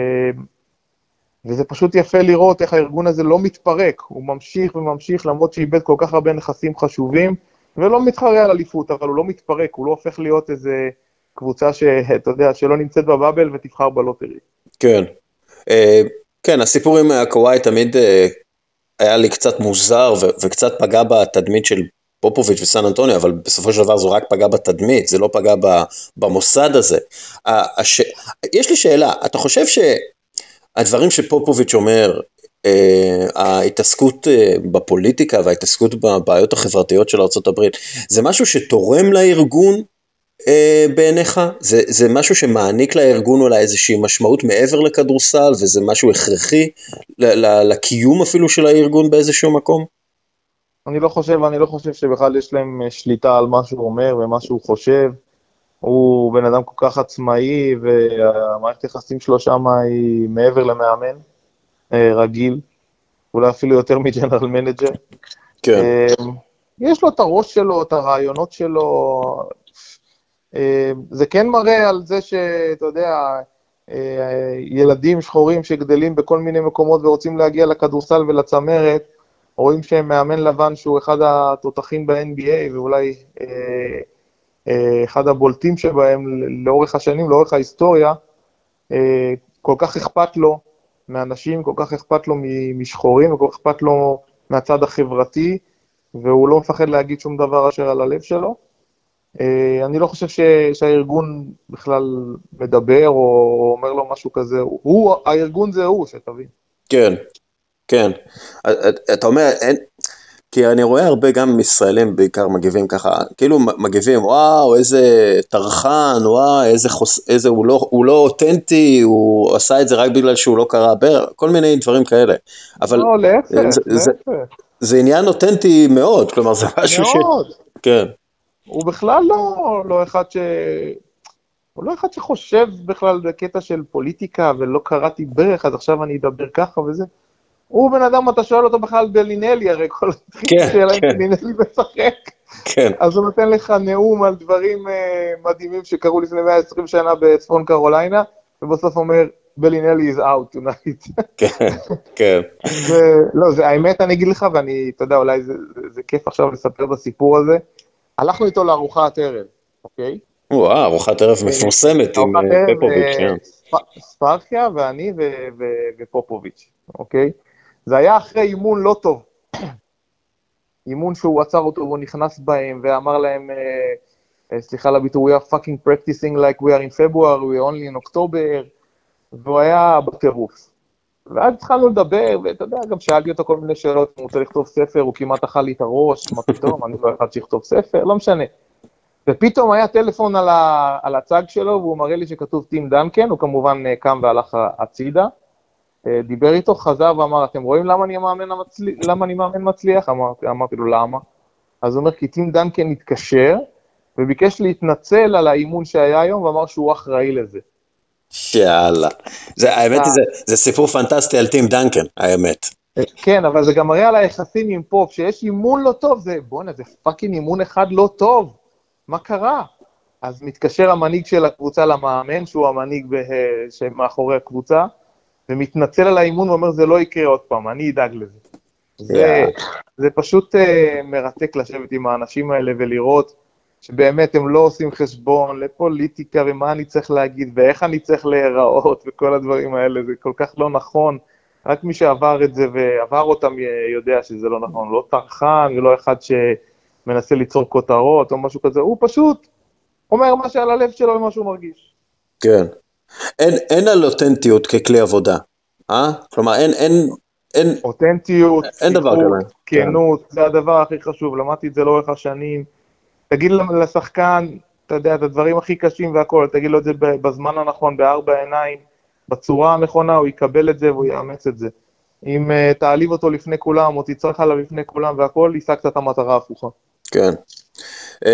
וזה פשוט יפה לראות איך הארגון הזה לא מתפרק, הוא ממשיך וממשיך, למרות שאיבד כל כך הרבה נכסים חשובים, ולא מתחרה על אליפות, אבל הוא לא מתפרק, הוא לא הופך להיות איזה קבוצה שאתה יודע, שלא נמצאת בבבל ותבחר בלוטרי. כן, כן, הסיפור עם הקוואי תמיד היה לי קצת מוזר, ו- וקצת פגע בתדמית של פופוביץ' וסן אנטוניו, אבל בסופו של דבר זו רק פגע בתדמית, זה לא פגע ב- במוסד הזה. הש... יש לי שאלה, אתה חושב שהדברים שפופוביץ' אומר, ההתעסקות בפוליטיקה וההתעסקות בבעיות החברתיות של ארצות הברית, זה משהו שתורם לארגון בעיניך? זה, זה משהו שמעניק לארגון אולי איזושהי משמעות מעבר לכדורסל, וזה משהו הכרחי לקיום אפילו של הארגון באיזשהו מקום? אני לא חושב, אני לא חושב שבכלל יש להם שליטה על מה שהוא אומר ומה שהוא חושב. הוא בן אדם כל כך עצמאי, והמערכת יחסים שלו שם היא מעבר למאמן רגיל, אולי אפילו יותר מג'נרל מנג'ר. כן. יש לו את הראש שלו, את הרעיונות שלו, זה כן מראה על זה שאתה יודע, ילדים שחורים שגדלים בכל מיני מקומות ורוצים להגיע לכדורסל ולצמרת, רואים שהם מאמן לבן שהוא אחד התותחים ב-אן בי איי, ואולי אחד הבולטים שבהם לאורך השנים, לאורך ההיסטוריה, כל כך אכפת לו מאנשים, כל כך אכפת לו משחורים, וכל כך אכפת לו מהצד החברתי, והוא לא מפחד להגיד שום דבר אשר על הלב שלו. אני לא חושב שהארגון בכלל מדבר או אומר לו משהו כזה, הוא, הארגון זה הוא, שתבין. כן, כן. אתה אומר, אין, כי אני רואה הרבה גם ישראלים בעיקר מגיבים ככה, כאילו מגיבים, וואו, איזה תרחן, וואו, איזה חוס, איזה, הוא לא, הוא לא אותנטי, הוא עשה את זה רק בגלל שהוא לא קרא בר, כל מיני דברים כאלה. אבל לא, להפך, זה, להפך. זה, זה עניין אותנטי מאוד, כלומר זה משהו ש... מאוד. כן. הוא בכלל לא, לא אחד ש... הוא לא אחד שחושב בכלל בקטע של פוליטיקה, ולא קראתי ברך, אז עכשיו אני אדבר ככה וזה. הוא בן אדם, אתה שואל אותו בכלל בלינלי, הרי כל כן, שאלה כן. אם לינלי משחק. כן. אז הוא נותן לך נאום על דברים uh, מדהימים שקרו לפני מאה ועשרים שנה בצפון קרוליינה, ובסוף אומר, בלינלי is out tonight. כן, כן. זה, לא, זה האמת, אני אגיד לך, ואני, אתה יודע, אולי זה, זה, זה כיף עכשיו לספר את הסיפור הזה. הלכנו איתו לארוחת ערב, אוקיי? וואו, ארוחת ערב מפורסמת עם פופוביץ', כן. ספרחיה ואני ופופוביץ', אוקיי? זה היה אחרי אימון לא טוב. אימון שהוא עצר אותו והוא נכנס בהם ואמר להם, סליחה לביטוי, we are fucking practicing like we are in February, we are only in October, והוא היה בטירוף. ואז התחלנו לדבר, ואתה יודע, גם שאלתי אותו כל מיני שאלות, הוא רוצה לכתוב ספר, הוא כמעט אכל לי את הראש, מה פתאום, אני לא אחד שיכתוב ספר, לא משנה. ופתאום היה טלפון על, ה, על הצג שלו, והוא מראה לי שכתוב טים דנקן, הוא כמובן קם והלך הצידה, דיבר איתו, חזר ואמר, אתם רואים למה אני מאמן, המצלי, למה אני מאמן מצליח? אמרתי, אמרתי לו, למה? אז הוא אומר, כי טים דנקן התקשר, וביקש להתנצל על האימון שהיה היום, ואמר שהוא אחראי לזה. שאלה. זה, האמת היא, זה, זה סיפור פנטסטי על טים דנקן, האמת. כן, אבל זה גם מראה על היחסים עם פופ, שיש אימון לא טוב, זה, בוא'נה, זה פאקינג אימון אחד לא טוב. מה קרה? אז מתקשר המנהיג של הקבוצה למאמן, שהוא המנהיג מאחורי הקבוצה, ומתנצל על האימון ואומר, זה לא יקרה עוד פעם, אני אדאג לזה. זה, זה פשוט uh, מרתק לשבת עם האנשים האלה ולראות שבאמת הם לא עושים חשבון לפוליטיקה ומה אני צריך להגיד ואיך אני צריך להיראות וכל הדברים האלה, זה כל כך לא נכון. רק מי שעבר את זה ועבר אותם יודע שזה לא נכון, לא טרחן ולא אחד שמנסה ליצור כותרות או משהו כזה, הוא פשוט אומר מה שעל הלב שלו ומה שהוא מרגיש. כן. אין, אין על אותנטיות ככלי עבודה, אה? כלומר, אין, אין, אין, אותנטיות, אין דבר כזה. כנות, זה הדבר הכי חשוב, למדתי את זה לאורך השנים. תגיד לשחקן, אתה יודע, את הדברים הכי קשים והכל, תגיד לו את זה בזמן הנכון, בארבע עיניים, בצורה הנכונה, הוא יקבל את זה והוא יאמץ את זה. אם uh, תעליב אותו לפני כולם, או תצטרך עליו לפני כולם והכל, ישגת את המטרה ההפוכה. כן. Um,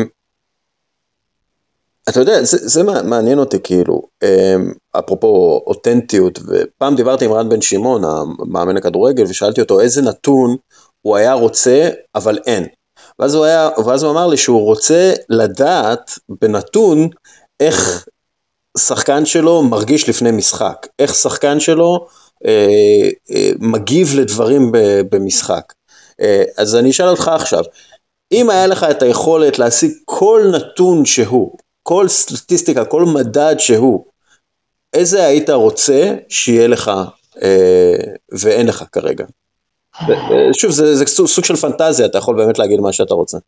אתה יודע, זה, זה מעניין אותי כאילו, um, אפרופו אותנטיות, ופעם דיברתי עם רן בן שמעון, המאמן הכדורגל, ושאלתי אותו איזה נתון הוא היה רוצה, אבל אין. ואז הוא, היה, ואז הוא אמר לי שהוא רוצה לדעת בנתון איך שחקן שלו מרגיש לפני משחק, איך שחקן שלו אה, אה, מגיב לדברים במשחק. אה, אז אני אשאל אותך עכשיו, אם היה לך את היכולת להשיג כל נתון שהוא, כל סטטיסטיקה, כל מדד שהוא, איזה היית רוצה שיהיה לך אה, ואין לך כרגע? שוב, זה, זה סוג של פנטזיה, אתה יכול באמת להגיד מה שאתה רוצה.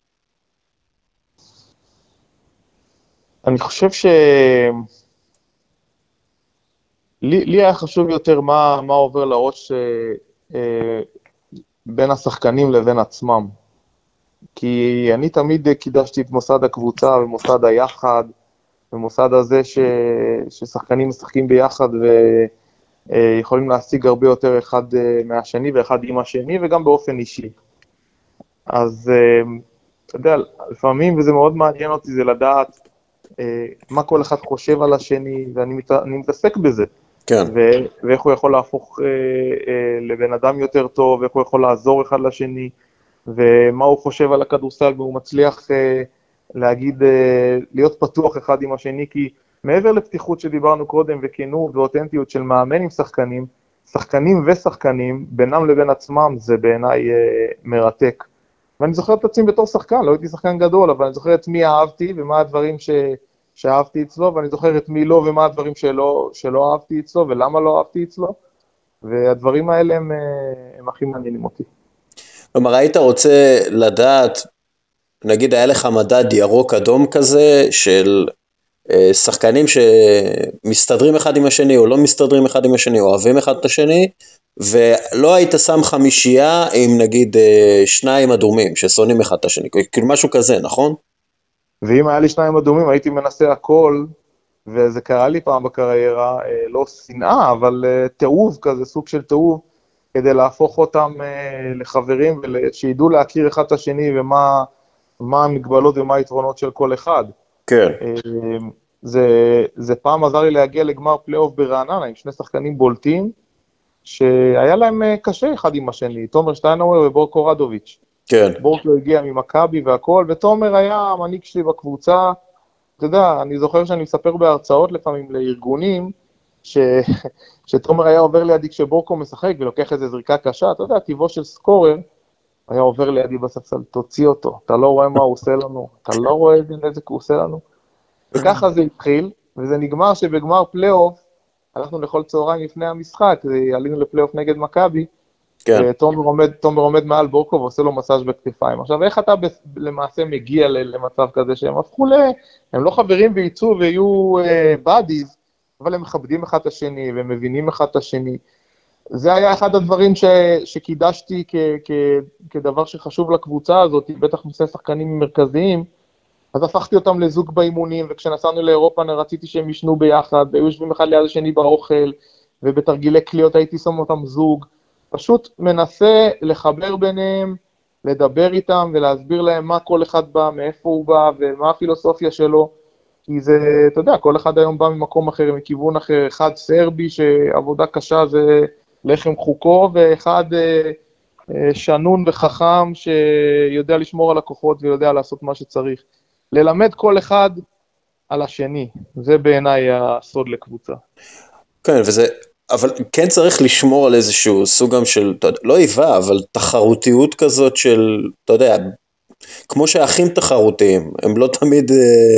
אני חושב ש... לי, לי היה חשוב יותר מה, מה עובר לראש אה, בין השחקנים לבין עצמם. כי אני תמיד קידשתי את מוסד הקבוצה ומוסד היחד, ומוסד הזה ש, ששחקנים משחקים ביחד ויכולים להשיג הרבה יותר אחד מהשני ואחד עם השני, וגם באופן אישי. אז אתה יודע, לפעמים, וזה מאוד מעניין אותי, זה לדעת מה כל אחד חושב על השני, ואני מת, מתעסק בזה. כן. ו- ואיך הוא יכול להפוך אה, אה, לבן אדם יותר טוב, ואיך הוא יכול לעזור אחד לשני, ומה הוא חושב על הכדורסל, והוא מצליח אה, להגיד, אה, להיות פתוח אחד עם השני, כי מעבר לפתיחות שדיברנו קודם, וכנות ואותנטיות של מאמן עם שחקנים, שחקנים ושחקנים, בינם לבין עצמם, זה בעיניי אה, מרתק. ואני זוכר את עצמי בתור שחקן, לא הייתי שחקן גדול, אבל אני זוכר את מי אהבתי, ומה הדברים ש... שאהבתי אצלו, ואני זוכר את מי לא ומה הדברים שלא, שלא אהבתי אצלו, ולמה לא אהבתי אצלו, והדברים האלה הם, הם הכי מעניינים אותי. כלומר, היית רוצה לדעת, נגיד היה לך מדד ירוק אדום כזה, של אה, שחקנים שמסתדרים אחד עם השני, או לא מסתדרים אחד עם השני, או אוהבים אחד את השני, ולא היית שם חמישייה עם נגיד אה, שניים אדומים, ששונאים אחד את השני, כאילו משהו כזה, נכון? ואם היה לי שניים אדומים, הייתי מנסה הכל, וזה קרה לי פעם בקריירה, לא שנאה, אבל תאוב כזה, סוג של תאוב, כדי להפוך אותם לחברים, ושידעו להכיר אחד את השני, ומה מה המגבלות ומה היתרונות של כל אחד. כן. זה, זה פעם עזר לי להגיע לגמר פלייאוף ברעננה, עם שני שחקנים בולטים, שהיה להם קשה אחד עם השני, תומר שטיינאוור ובורקו רדוביץ'. כן. בורקו הגיע ממכבי והכל, ותומר היה המנהיג שלי בקבוצה. אתה יודע, אני זוכר שאני מספר בהרצאות לפעמים לארגונים, ש... שתומר היה עובר לידי כשבורקו משחק ולוקח איזו זריקה קשה, אתה יודע, טבעו של סקורר, היה עובר לידי בספסל, תוציא אותו, אתה לא רואה מה הוא עושה לנו, אתה לא רואה איזה נזק הוא עושה לנו. וככה זה התחיל, וזה נגמר שבגמר פלייאוף, הלכנו לכל צהריים לפני המשחק, עלינו לפלייאוף נגד מכבי, כן. תומר עומד, תומר עומד מעל בורקו ועושה לו מסאז' בכתפיים. עכשיו, איך אתה למעשה מגיע למצב כזה שהם הפכו ל... הם לא חברים וייצאו ויהיו בדיז, uh, אבל הם מכבדים אחד את השני והם מבינים אחד את השני. זה היה אחד הדברים ש... שקידשתי כ... כ... כדבר שחשוב לקבוצה הזאת, בטח נושא שחקנים מרכזיים, אז הפכתי אותם לזוג באימונים, וכשנסענו לאירופה רציתי שהם ישנו ביחד, והיו יושבים אחד ליד השני באוכל, ובתרגילי קליות הייתי שם אותם זוג, פשוט מנסה לחבר ביניהם, לדבר איתם ולהסביר להם מה כל אחד בא, מאיפה הוא בא ומה הפילוסופיה שלו, כי זה, אתה יודע, כל אחד היום בא ממקום אחר, מכיוון אחר, אחד סרבי שעבודה קשה זה לחם חוקו, ואחד שנון וחכם שיודע לשמור על הכוחות ויודע לעשות מה שצריך. ללמד כל אחד על השני, זה בעיניי הסוד לקבוצה. כן, וזה... אבל כן צריך לשמור על איזשהו סוג גם של, לא איבה, אבל תחרותיות כזאת של, אתה יודע, כמו שהאחים תחרותיים, הם לא תמיד,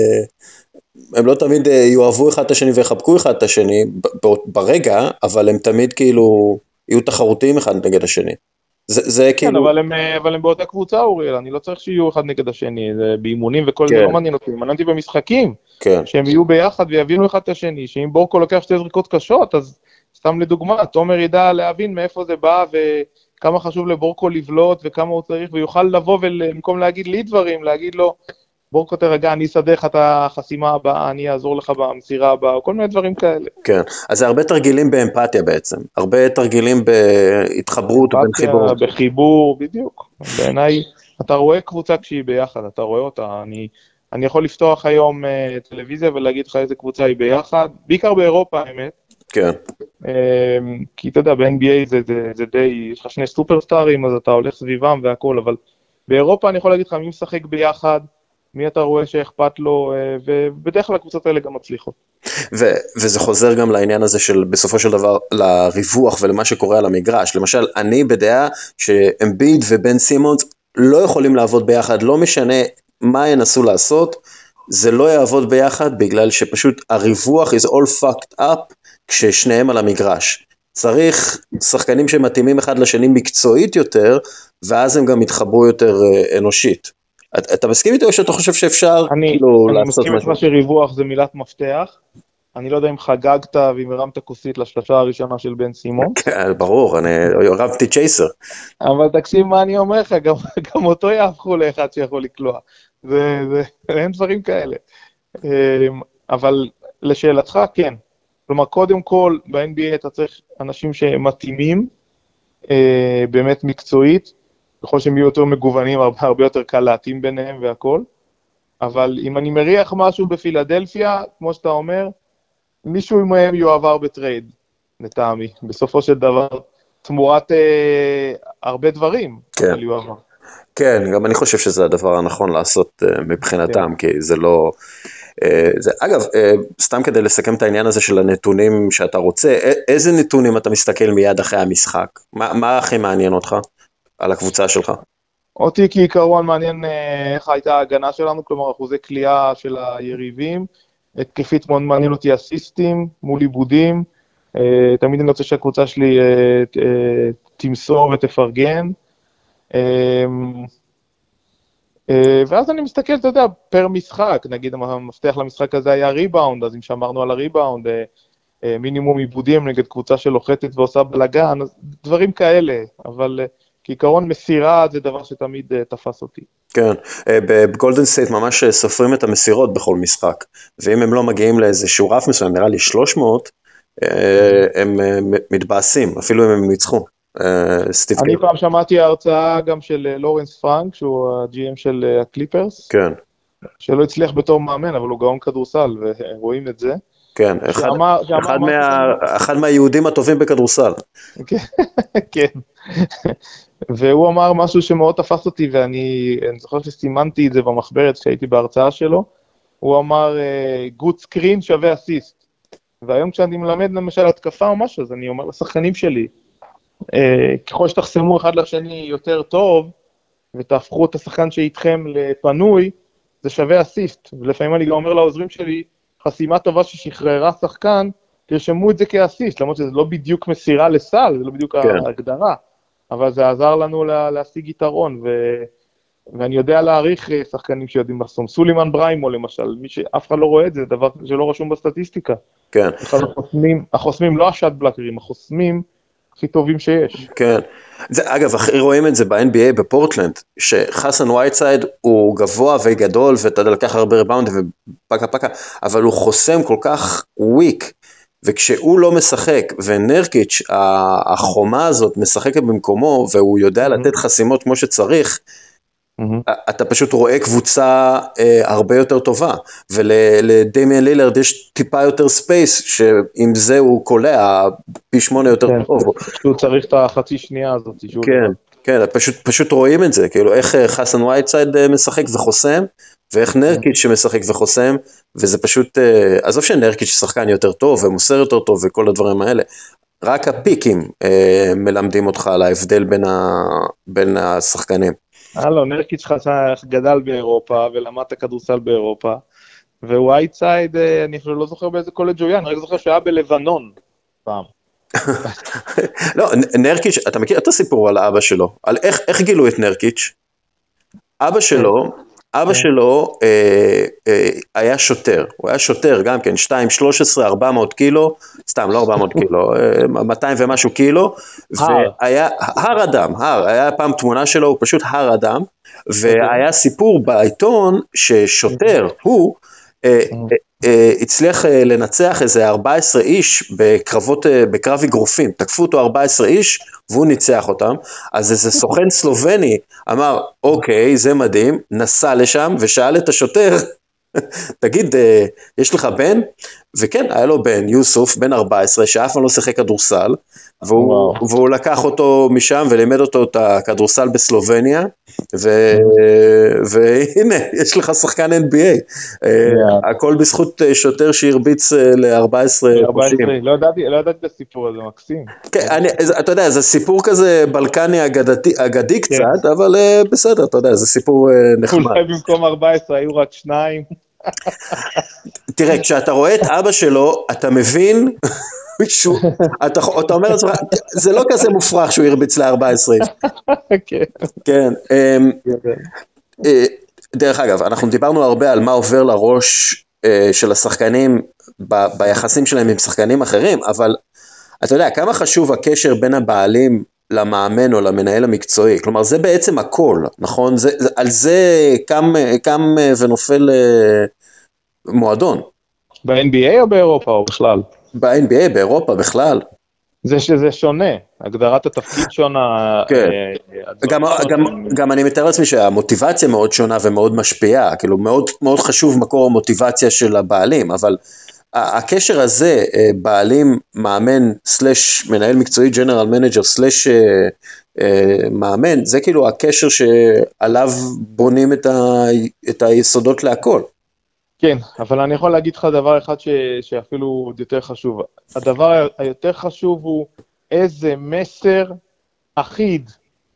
הם לא תמיד יאהבו אחד את השני ויחבקו אחד את השני ברגע, אבל הם תמיד כאילו יהיו תחרותיים אחד נגד השני. זה, זה כן, כאילו... אבל הם, אבל הם באותה קבוצה, אוריאל, אני לא צריך שיהיו אחד נגד השני, זה באימונים וכל כן. זה לא מעניין אותי, מעניין אותי במשחקים, כן. שהם יהיו ביחד ויבינו אחד את השני, שאם בורקו לוקח שתי זריקות קשות, אז סתם לדוגמה, תומר ידע להבין מאיפה זה בא, וכמה חשוב לבורקו לבלוט, וכמה הוא צריך, ויוכל לבוא ובמקום להגיד לי דברים, להגיד לו, בורקו תרגע, אני אסדך את החסימה הבאה, אני אעזור לך במסירה הבאה, או כל מיני דברים כאלה. כן, אז זה הרבה תרגילים באמפתיה בעצם, הרבה תרגילים בהתחברות ובחיבור. בחיבור, בדיוק. בעיניי, אתה רואה קבוצה כשהיא ביחד, אתה רואה אותה, אני, אני יכול לפתוח היום uh, טלוויזיה ולהגיד לך איזה קבוצה היא ביחד, בעיקר באירופה האמת. כן. Um, כי אתה יודע, ב-אן בי איי זה, זה, זה די, יש לך שני סופרסטארים, אז אתה הולך סביבם והכל, אבל באירופה אני יכול להגיד לך מי משחק ביחד, מי אתה רואה שאכפת לו, ובדרך כלל הקבוצות האלה גם מצליחות. ו- וזה חוזר גם לעניין הזה של בסופו של דבר לריווח ולמה שקורה על המגרש. למשל, אני בדעה שאמביד ובן סימונס לא יכולים לעבוד ביחד, לא משנה מה ינסו לעשות, זה לא יעבוד ביחד בגלל שפשוט הריווח is all fucked up כששניהם על המגרש. צריך שחקנים שמתאימים אחד לשני מקצועית יותר, ואז הם גם יתחברו יותר אנושית. אתה מסכים איתי או שאתה חושב שאפשר אני, כאילו אני לעשות מסכים איתך שריווח זה מילת מפתח, אני לא יודע אם חגגת ואם הרמת כוסית לשלושה הראשונה של בן סימון. כן, ברור, אני רבתי צ'ייסר. אבל תקשיב מה אני אומר לך, גם, גם אותו יהפכו לאחד שיכול לקלוע, זה, זה, אין דברים כאלה. אבל לשאלתך כן, כלומר קודם כל ב-אן בי איי אתה צריך אנשים שמתאימים, באמת מקצועית, ככל שהם יהיו יותר מגוונים, הרבה, הרבה יותר קל להתאים ביניהם והכל, אבל אם אני מריח משהו בפילדלפיה, כמו שאתה אומר, מישהו מהם יועבר בטרייד, לטעמי, בסופו של דבר, תמורת אה, הרבה דברים, כן. אבל יועבר. כן, גם אני חושב שזה הדבר הנכון לעשות אה, מבחינתם, כן. כי זה לא... אה, זה, אגב, אה, סתם כדי לסכם את העניין הזה של הנתונים שאתה רוצה, א- איזה נתונים אתה מסתכל מיד אחרי המשחק? מה, מה הכי מעניין אותך על הקבוצה שלך? אותי כעיקרון מעניין איך הייתה ההגנה שלנו, כלומר אחוזי קליעה של היריבים, התקפית מאוד מעניין אותי אסיסטים מול עיבודים, תמיד אני רוצה שהקבוצה שלי תמסור ותפרגן, ואז אני מסתכל, אתה יודע, פר משחק, נגיד המפתח למשחק הזה היה ריבאונד, אז אם שמרנו על הריבאונד, מינימום עיבודים נגד קבוצה שלוחצת ועושה בלגן, דברים כאלה, אבל... כעיקרון מסירה זה דבר שתמיד uh, תפס אותי. כן, בגולדן סטייט ממש סופרים את המסירות בכל משחק, ואם הם לא מגיעים לאיזשהו רף מסוים, נראה לי שלוש מאות, הם מתבאסים, אפילו אם הם ניצחו. אני פעם שמעתי הרצאה גם של לורנס פרנק, שהוא ה-ג'י אם של הקליפרס, כן. שלא הצליח בתור מאמן, אבל הוא גאון כדורסל, ורואים את זה. כן, אחד, שאמר, שאמר אחד, מה, אחד מהיהודים הטובים בכדורסל. כן, והוא אמר משהו שמאוד תפס אותי, ואני זוכר שסימנתי את זה במחברת שהייתי בהרצאה שלו, הוא אמר, good screen שווה אסיסט, והיום כשאני מלמד למשל התקפה או משהו, אז אני אומר לשחקנים שלי, ככל שתחסמו אחד לשני יותר טוב, ותהפכו את השחקן שאיתכם לפנוי, זה שווה אסיסט, ולפעמים אני גם אומר לעוזרים שלי, חסימה טובה ששחררה שחקן, תרשמו את זה כאסיסט, למרות שזה לא בדיוק מסירה לסל, זה לא בדיוק כן. ההגדרה, אבל זה עזר לנו לה, להשיג יתרון, ו... ואני יודע להעריך שחקנים שיודעים לחסום. סולימן בריימו למשל, מי שאף אחד לא רואה את זה, זה דבר שלא רשום בסטטיסטיקה. כן. החוסמים, החוסמים לא השאט בלקרים, החוסמים הכי טובים שיש. כן. זה, אגב, הכי רואים את זה ב-אן בי איי בפורטלנד, שחסן וייטסייד הוא גבוה וגדול, ואתה יודע לקח הרבה ריבאונד ופקה פקה, אבל הוא חוסם כל כך וויק, וכשהוא לא משחק, ונרקיץ' החומה הזאת משחקת במקומו, והוא יודע לתת חסימות כמו שצריך, אתה פשוט רואה קבוצה הרבה יותר טובה, ולדמיאן לילארד יש טיפה יותר ספייס, שעם זה הוא קולע פי שמונה יותר טוב. הוא צריך את החצי שנייה הזאת. כן, כן, פשוט רואים את זה, כאילו איך חסן וייטסייד משחק וחוסם, ואיך נרקיץ' שמשחק וחוסם, וזה פשוט, עזוב שנרקיץ' שחקן יותר טוב, ומוסר יותר טוב, וכל הדברים האלה, רק הפיקים מלמדים אותך על ההבדל בין השחקנים. הלו, נרקיץ' גדל באירופה, ולמד את הכדורסל באירופה, ווייטסייד, אני אפילו לא זוכר באיזה קולג' הוא היה, אני רק זוכר שהיה בלבנון פעם. לא, נרקיץ', אתה מכיר את הסיפור על אבא שלו, על איך, איך גילו את נרקיץ'? אבא שלו, אבא שלו אה, אה, היה שוטר, הוא היה שוטר גם כן, שתיים שלוש עשרה, ארבע מאות קילו, סתם לא ארבע מאות קילו, אה, מאתיים ומשהו קילו, והיה הר אדם, הר, היה פעם תמונה שלו, הוא פשוט הר אדם, והיה סיפור בעיתון ששוטר, הוא אה, אה, הצליח אה, לנצח איזה ארבע עשרה איש בקרבות, אה, בקרב אגרופים, תקפו אותו ארבע עשרה איש, והוא ניצח אותם, אז איזה סוכן סלובני אמר, אוקיי, זה מדהים, נסע לשם ושאל את השוטר, תגיד, אה, יש לך בן? וכן, היה לו בן, יוסוף, בן ארבע עשרה, שאף פעם לא שיחק כדורסל, והוא, והוא לקח אותו משם ולימד אותו את הכדורסל בסלובניה, ו, והנה, יש לך שחקן אן בי איי, yeah. הכל בזכות שוטר שהרביץ ל-ארבע עשרה פושעים. לא ידעתי, לא ידעתי את הסיפור הזה, מקסים. כן, אני, אתה יודע, זה סיפור כזה בלקני אגדתי, אגדי קצת, yeah. אבל בסדר, אתה יודע, זה סיפור נחמד. אולי במקום ארבע עשרה היו רק שניים. תראה, כשאתה רואה את אבא שלו, אתה מבין, שהוא, אתה, אתה אומר, זה לא כזה מופרך שהוא הרביץ ל-ארבע עשרה. כן. כן. דרך אגב, אנחנו דיברנו הרבה על מה עובר לראש של השחקנים, ב, ביחסים שלהם עם שחקנים אחרים, אבל אתה יודע, כמה חשוב הקשר בין הבעלים למאמן או למנהל המקצועי, כלומר זה בעצם הכל, נכון? זה, זה, על זה קם, קם ונופל מועדון. ב-אן בי איי או באירופה או בכלל? ב-אן בי איי, באירופה בכלל. זה שזה שונה, הגדרת התפקיד שונה. כן. גם, גם, גם אני מתאר לעצמי שהמוטיבציה מאוד שונה ומאוד משפיעה, כאילו מאוד, מאוד חשוב מקור המוטיבציה של הבעלים, אבל הקשר הזה, בעלים, מאמן, סלש מנהל מקצועי, ג'נרל מנג'ר, סלש מאמן, זה כאילו הקשר שעליו בונים את, ה, את היסודות להכל. כן, אבל אני יכול להגיד לך דבר אחד ש, שאפילו עוד יותר חשוב. הדבר היותר חשוב הוא איזה מסר אחיד,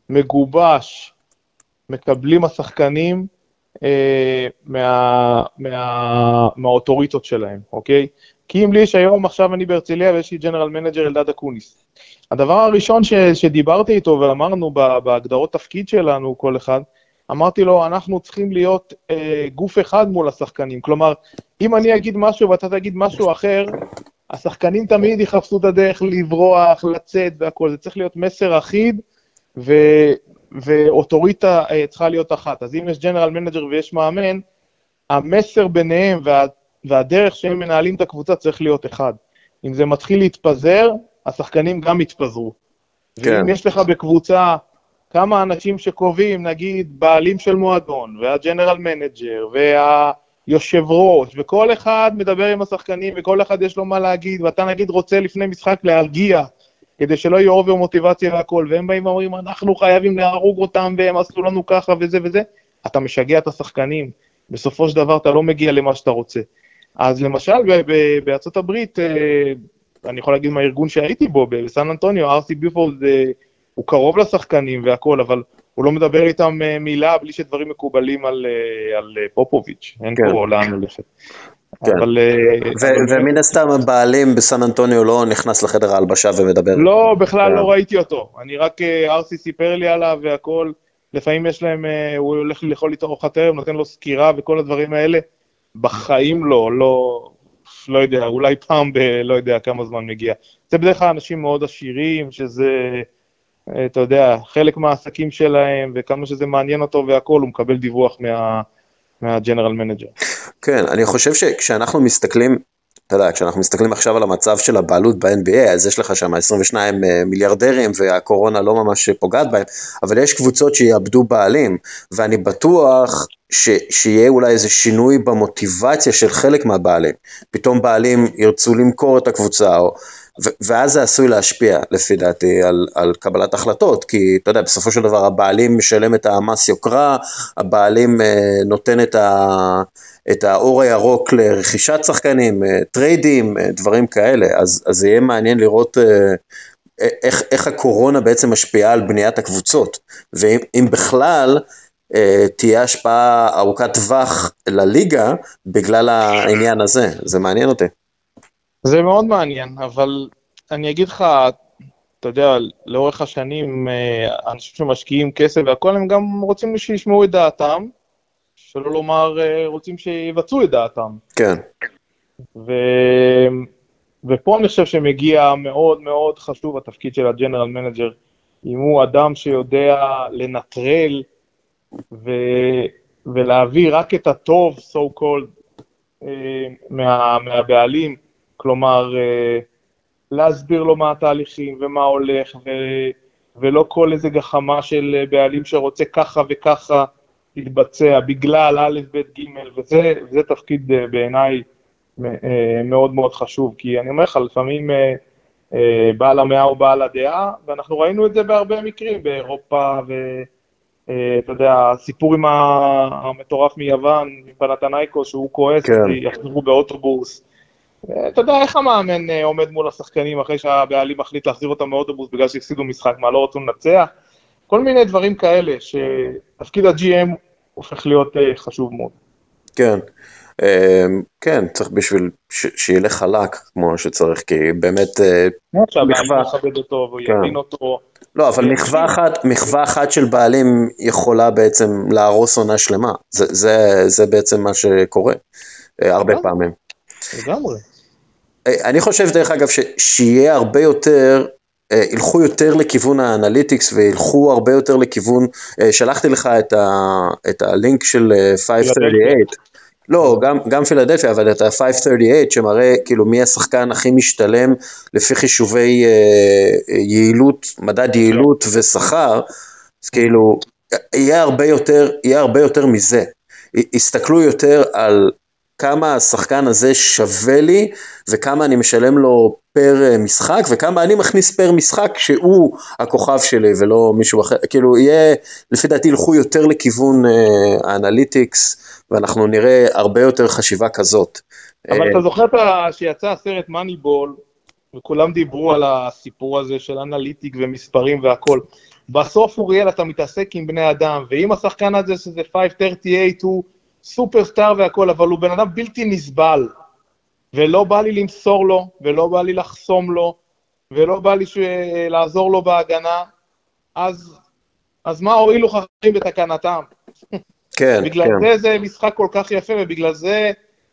מגובש, מקבלים השחקנים אה, מה, מה, מהאוטוריטות שלהם, אוקיי? כי אם לי יש היום, עכשיו אני בהרצליה ויש לי ג'נרל מנג'ר אלדד אקוניס. הדבר הראשון ש, שדיברתי איתו ואמרנו בהגדרות תפקיד שלנו, כל אחד, אמרתי לו, אנחנו צריכים להיות אה, גוף אחד מול השחקנים, כלומר, אם אני אגיד משהו ואתה תגיד משהו אחר, השחקנים תמיד יחפשו את הדרך לברוח, לצאת והכל, זה צריך להיות מסר אחיד, ו, ואוטוריטה אה, צריכה להיות אחת, אז אם יש ג'נרל מנג'ר ויש מאמן, המסר ביניהם וה, והדרך שהם מנהלים את הקבוצה צריך להיות אחד, אם זה מתחיל להתפזר, השחקנים גם יתפזרו, כן. ואם יש לך בקבוצה, כמה אנשים שקובעים, נגיד, בעלים של מועדון, והג'נרל מנג'ר, והיושב ראש, וכל אחד מדבר עם השחקנים, וכל אחד יש לו מה להגיד, ואתה נגיד רוצה לפני משחק להרגיע, כדי שלא יהיה אובר מוטיבציה והכל, והם באים ואומרים, אנחנו חייבים להרוג אותם, והם עשו לנו ככה וזה וזה, אתה משגע את השחקנים, בסופו של דבר אתה לא מגיע למה שאתה רוצה. אז למשל, בארצות הברית, אני יכול להגיד מהארגון שהייתי בו, בסן אנטוניו, אר סי ביפורד, הוא קרוב לשחקנים והכל, אבל הוא לא מדבר איתם מילה, בלי שדברים מקובלים על, על פופוביץ'. אין כן. פה לאן הולכת. כן. אבל, ו- ומן הסתם הבעלים בסן אנטוניו לא נכנס לחדר ההלבשה ומדבר. לא, בכלל כן. לא ראיתי אותו. אני רק, ארסי סיפר לי עליו והכל, לפעמים יש להם, הוא הולך לאכול איתו ארוחת ערב, נותן לו סקירה וכל הדברים האלה, בחיים לא, לא, לא יודע, אולי פעם ב, לא יודע כמה זמן מגיע. זה בדרך כלל אנשים מאוד עשירים, שזה... אתה יודע, חלק מהעסקים שלהם, וכמה שזה מעניין אותו והכל, הוא מקבל דיווח מה, מהג'נרל מנג'ר. כן, אני חושב שכשאנחנו מסתכלים, אתה יודע, כשאנחנו מסתכלים עכשיו על המצב של הבעלות ב-אן בי איי, אז יש לך שם עשרים ושניים מיליארדרים, והקורונה לא ממש פוגעת בהם, אבל יש קבוצות שיאבדו בעלים, ואני בטוח ש, שיהיה אולי איזה שינוי במוטיבציה של חלק מהבעלים. פתאום בעלים ירצו למכור את הקבוצה, או... ואז זה עשוי להשפיע, לפי דעתי, על, על קבלת החלטות, כי אתה יודע, בסופו של דבר הבעלים משלם את המס יוקרה, הבעלים אה, נותן את, ה, את האור הירוק לרכישת שחקנים, אה, טריידים, אה, דברים כאלה, אז, אז זה יהיה מעניין לראות אה, איך, איך הקורונה בעצם משפיעה על בניית הקבוצות, ואם בכלל תהיה השפעה ארוכת טווח לליגה, בגלל העניין הזה, זה מעניין אותי. זה מאוד מעניין, אבל אני אגיד לך, אתה יודע, לאורך השנים, אנשים שמשקיעים כסף והכל, הם גם רוצים שישמעו את דעתם, שלא לומר, רוצים שיבצעו את דעתם. כן. ו... ופה אני חושב שמגיע מאוד מאוד חשוב התפקיד של הג'נרל מנג'ר, אם הוא אדם שיודע לנטרל ו... ולהביא רק את הטוב, so called, מה... מהבעלים, כלומר, להסביר לו מה התהליכים ומה הולך, ו... ולא כל איזה גחמה של בעלים שרוצה ככה וככה להתבצע בגלל א' ב' ג', וזה, וזה תפקיד בעיניי מאוד מאוד חשוב, כי אני אומר לך, לפעמים בעל המאה או בעל הדעה, ואנחנו ראינו את זה בהרבה מקרים, באירופה, ואתה יודע, הסיפור עם המטורף מיוון, עם פנתנייקוס, שהוא כועס, כן. יחזרו באוטובוס, אתה יודע איך המאמן עומד מול השחקנים, אחרי שהבעלים מחליט להחזיר אותם באוטובוס, בגלל שהפסידו משחק, מה, לא רצו לנצח, כל מיני דברים כאלה, שתפקיד ה-ג'י אם הופך להיות חשוב מאוד. כן. כן, צריך בשביל שילך חלק כמו שצריך, כי באמת מחווה יכבד אותו ויבין אותו. לא, אבל מחווה אחת של בעלים יכולה בעצם להרוס עונה שלמה, זה בעצם מה שקורה הרבה פעמים. לגמרי. אני חושב דרך אגב שיהיה הרבה יותר, ילכו יותר לכיוון האנליטיקס וילכו הרבה יותר לכיוון, שלחתי לך את הלינק של חמש שלושים ושמונה, לא, גם, גם פילדלפיה, אבל את ה-חמש שלושים ושמונה שמראה כאילו מי השחקן הכי משתלם לפי חישובי אה, יעילות, מדד יעילות ושכר, אז כאילו יהיה הרבה יותר, יהיה הרבה יותר מזה. הסתכלו יותר על כמה השחקן הזה שווה לי, וכמה אני משלם לו פר משחק, וכמה אני מכניס פר משחק שהוא הכוכב שלי ולא מישהו אחר, כאילו יהיה, לפי דעתי ילכו יותר לכיוון האנליטיקס, ואנחנו נראה הרבה יותר חשיבה כזאת. אבל אתה זוכר שיצא הסרט מאניבול, וכולם דיברו על הסיפור הזה של אנליטיק ומספרים והכל, בסוף אוריאל אתה מתעסק עם בני אדם, ואם השחקן הזה שזה חמש שלושים ושמונה הוא סופרסטאר והכל, אבל הוא בן אדם בלתי נסבל, ולא בא לי למסור לו, ולא בא לי לחסום לו, ולא בא לי לעזור לו בהגנה, אז, אז מה הועילו חכמים בתקנתם? כן, בגלל כן. זה זה משחק כל כך יפה, ובגלל זה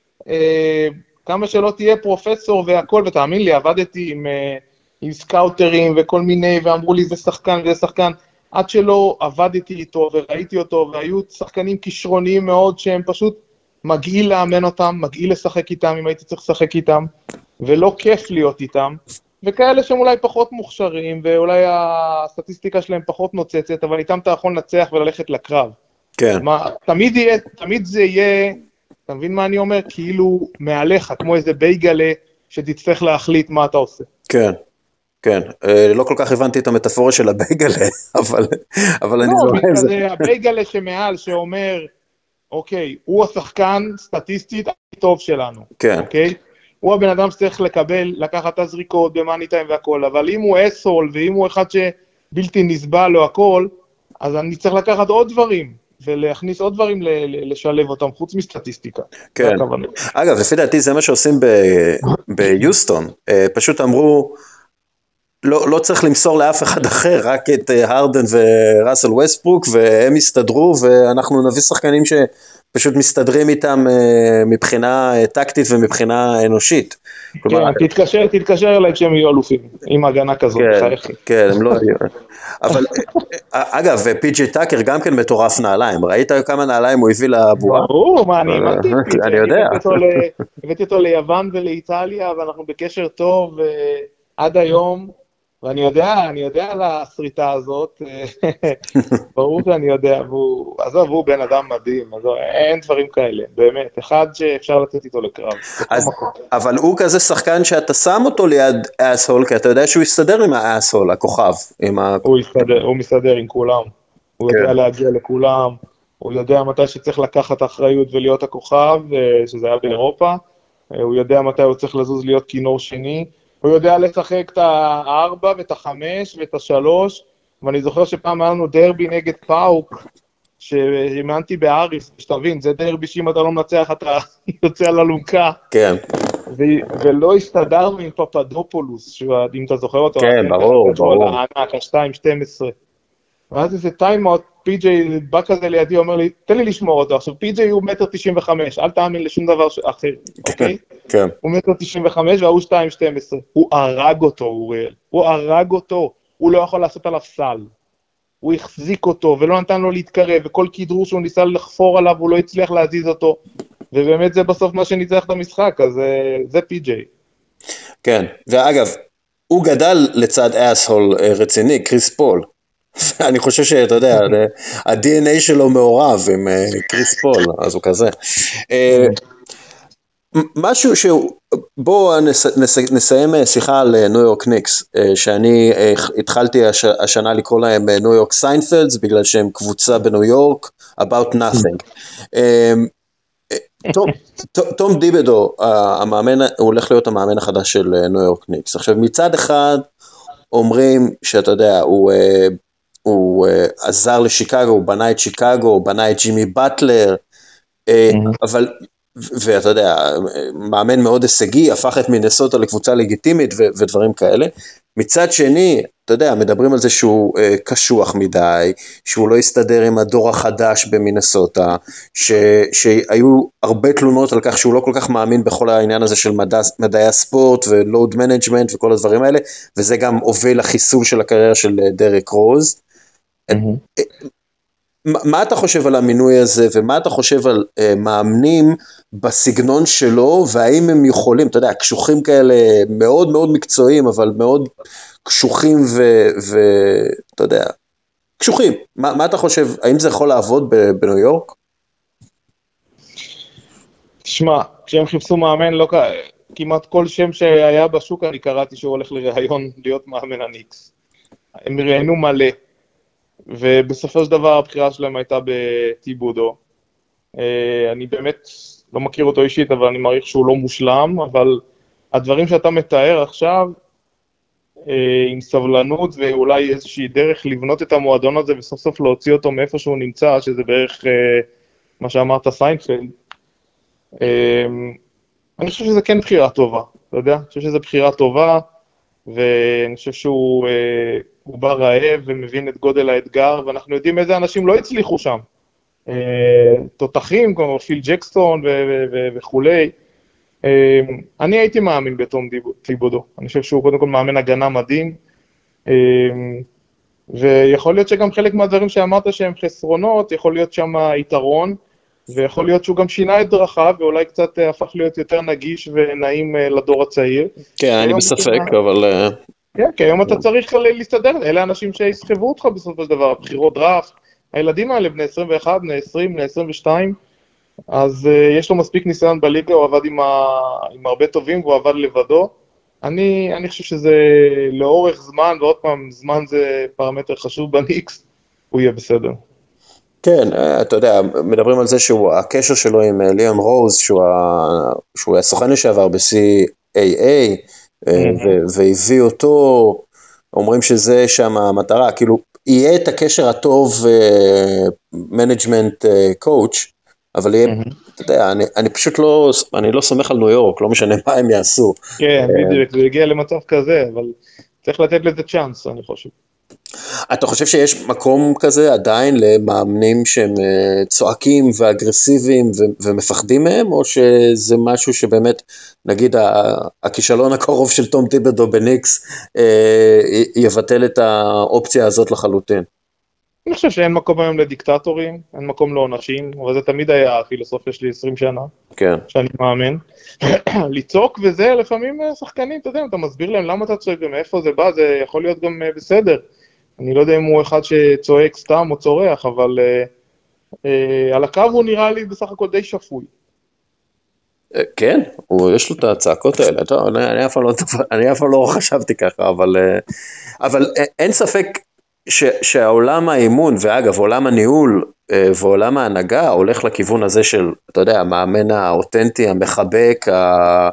אה, כמה שלא תהיה פרופסור והכל, ותאמין לי, עבדתי עם, אה, עם סקאוטרים וכל מיני, ואמרו לי זה שחקן וזה שחקן, עד שלא עבדתי איתו וראיתי אותו, והיו שחקנים כישרוניים מאוד, שהם פשוט מגעיל לאמן אותם, מגעיל לשחק איתם, אם הייתי צריך לשחק איתם, ולא כיף להיות איתם, וכאלה שהם אולי פחות מוכשרים, ואולי הסטטיסטיקה שלהם פחות נוצצת, אבל איתם אתה יכול לנצח וללכת לקרב. כן. מה, תמיד יהיה, תמיד זה יהיה, אתה מבין מה אני אומר? כאילו מעליך, כמו איזה בייגלה, שתצטרך להחליט מה אתה עושה. כן. כן, לא כל כך הבנתי את המטאפורה של הבייגלה, אבל, אבל אני זוכר את זה. זה הבייגלה שמעל שאומר, אוקיי, הוא השחקן סטטיסטית הכי טוב שלנו, כן. אוקיי? הוא הבן אדם שצריך לקבל, לקחת את הזריקות במאני טיים והכל, אבל אם הוא אסול, ואם הוא אחד שבלתי נסבל לו הכל, אז אני צריך לקחת עוד דברים, ולהכניס עוד דברים לשלב אותם, חוץ מסטטיסטיקה. כן. אגב, לפי דעתי זה מה שעושים ביוסטון, פשוט אמרו, לא, לא צריך למסור לאף אחד אחר, רק את הרדן וראסל ווסטברוק, והם יסתדרו, ואנחנו נביא שחקנים שפשוט מסתדרים איתם מבחינה טקטית ומבחינה אנושית. כן, תתקשר, תתקשר אליי כשהם יהיו אלופים, עם הגנה כזאת. כן, כן, הם לא יהיו. אבל, אגב, פי.ג'יי טאקר גם כן מטורף נעליים, ראית כמה נעליים הוא הביא לבועה? ברור, מה, אני אמרתי, אני יודע. הבאתי אותו ליוון ולאיטליה, ואנחנו בקשר טוב עד היום, ואני יודע, אני יודע על הסריטה הזאת, ברור שאני יודע, והוא, עזוב, הוא בן אדם מדהים, עזוב, אין דברים כאלה, באמת, אחד שאפשר לצאת איתו לקרב. אז, אבל הוא כזה שחקן שאתה שם אותו ליד אסהול, כי אתה יודע שהוא יסתדר עם האסהול, הכוכב. עם ה... הוא, יסתדר, הוא מסתדר עם כולם, הוא יודע להגיע לכולם, הוא יודע מתי שצריך לקחת אחריות ולהיות הכוכב, שזה היה באירופה, הוא יודע מתי הוא צריך לזוז להיות כינור שני, הוא יודע לשחק את הארבע ואת החמש ואת השלוש, ואני זוכר שפעם היה לנו דרבי נגד פאוק, שהאמנתי באריס, שתבין, זה דרבי שאם אתה לא מנצח, אתה יוצא על אלונקה. כן. ולא הסתדרנו עם פפדופולוס, אם אתה זוכר אותו. כן, ברור, ברור. הענק, ה-שתיים שתים עשרה. ואז איזה טיימאוט, פי-ג'יי בא כזה לידי, אומר לי, תן לי לשמור אותו. עכשיו, פי-ג'יי הוא מטר תשעים וחמש, אל תאמין לשום דבר אחר, אוקיי? כן. הוא מטר תשעים וחמש, והוא שתיים שתים עשרה. הוא הרג אותו, אוריאל. הוא הרג אותו. הוא לא יכול לעשות עליו סל. הוא החזיק אותו, ולא נתן לו להתקרב, וכל כדרור שהוא ניסה לחפור עליו, הוא לא הצליח להזיז אותו. ובאמת זה בסוף מה שניצח את המשחק, אז זה פי-ג'יי. כן, ואגב, הוא גדל לצד אסהול רציני, קריס פול. אני חושב שאתה יודע, ה-די אן איי שלו מעורב עם קריס פול, אז הוא כזה. משהו שהוא, בואו נסיים שיחה על ניו יורק ניקס, שאני התחלתי השנה לקרוא להם ניו יורק סיינפלדס, בגלל שהם קבוצה בניו יורק, about nothing. תום דיבדו, המאמן, הוא הולך להיות המאמן החדש של ניו יורק ניקס. עכשיו מצד אחד אומרים שאתה יודע, הוא, הוא עזר לשיקגו, הוא בנה את שיקגו, הוא בנה את ג'ימי באטלר, אבל, ואתה יודע, מאמן מאוד הישגי, הפך את מינסוטה לקבוצה לגיטימית ו- ודברים כאלה. מצד שני, אתה יודע, מדברים על זה שהוא uh, קשוח מדי, שהוא לא יסתדר עם הדור החדש במינסוטה, ש- שהיו הרבה תלונות על כך שהוא לא כל כך מאמין בכל העניין הזה של מדע, מדעי הספורט ולואוד מנג'מנט וכל הדברים האלה, וזה גם הוביל לחיסול של הקריירה של דרק רוז. Mm-hmm. מה אתה חושב על המינוי הזה, ומה אתה חושב על uh, מאמנים בסגנון שלו, והאם הם יכולים, אתה יודע, קשוחים כאלה מאוד מאוד מקצועיים, אבל מאוד קשוחים ואתה יודע, קשוחים. מה, מה אתה חושב, האם זה יכול לעבוד בניו יורק? תשמע, כשהם חיפשו מאמן, לא, כמעט כל שם שהיה בשוק, אני קראתי שהוא הולך לראיון להיות מאמן הניקס. הם ראיינו מלא. ובסופו של דבר הבחירה שלהם הייתה בטיבודו. אני באמת לא מכיר אותו אישית, אבל אני מעריך שהוא לא מושלם, אבל הדברים שאתה מתאר עכשיו, עם סבלנות ואולי איזושהי דרך לבנות את המועדון הזה, וסוף סוף להוציא אותו מאיפה שהוא נמצא, שזה בערך מה שאמרת סיינפלד. אני חושב שזה כן בחירה טובה, אתה יודע? אני חושב שזה בחירה טובה, ואני חושב שהוא הוא בא רעב ומבין את גודל האתגר, ואנחנו יודעים איזה אנשים לא הצליחו שם. תותחים כמו פיל ג'קסטון וכולי. אני הייתי מאמין בתום טיבודו. אני חושב שהוא קודם כל מאמן הגנה מדהים, ויכול להיות שגם חלק מהדברים שאמרת שהם חסרונות, יכול להיות שם יתרון, ויכול להיות שהוא גם שינה את דרכיו, ואולי קצת הפך להיות יותר נגיש ונעים לדור הצעיר. כן, אני בספק, אבל... כן, כי היום אתה צריך להסתדר, אלה אנשים שיסחבו אותך בסופו של דבר, בחירות דראפט, הילדים האלה בני עשרים ואחת, בני עשרים, בני עשרים ושתיים, אז uh, יש לו מספיק ניסיון בליגה, הוא עבד עם, ה... עם הרבה טובים, והוא עבד לבדו. אני, אני חושב שזה לאורך זמן, ועוד פעם, זמן זה פרמטר חשוב בניקס, הוא יהיה בסדר. כן, אתה יודע, מדברים על זה שהקשר שלו עם ליאון רוז, שהוא, ה... שהוא הסוכן לשעבר ב-סי איי איי, והביא אותו, אומרים שזה שם המטרה, כאילו יהיה את הקשר הטוב מנג'מנט קואוץ', אבל יהיה, אתה יודע, אני, אני פשוט לא, אני לא סומך על ניו יורק, לא משנה מה הם יעשו. כן, בדיוק, זה הגיע למצב כזה, אבל צריך לתת לזה צ'אנס, אני חושב. אתה חושב שיש מקום כזה עדיין למאמנים שהם צועקים ואגרסיביים ומפחדים מהם, או שזה משהו שבאמת, נגיד, הכישלון הקרוב של תום טיבדו בניקס יבטל את האופציה הזאת לחלוטין? אני חושב שאין מקום היום לדיקטטורים, אין מקום לעונשים, אבל זה תמיד היה הפילוסופיה שלי עשרים שנה, כן. שאני מאמן. לצעוק וזה, לפעמים שחקנים, אתה יודע, אתה מסביר להם למה אתה צועק ומאיפה זה בא, זה יכול להיות גם בסדר. אני לא יודע אם הוא אחד שצועק סתם או צורח, אבל uh, uh, על הקו הוא נראה לי בסך הכל די שפוי. כן, הוא, יש לו את הצעקות האלה, טוב, אני, אני, אף לא, אני אף לא חשבתי ככה, אבל, uh, אבל uh, אין ספק ש, שהעולם האימון, ואגב, עולם הניהול uh, ועולם ההנהגה הולך לכיוון הזה של, אתה יודע, המאמן האותנטי, המחבק, ה...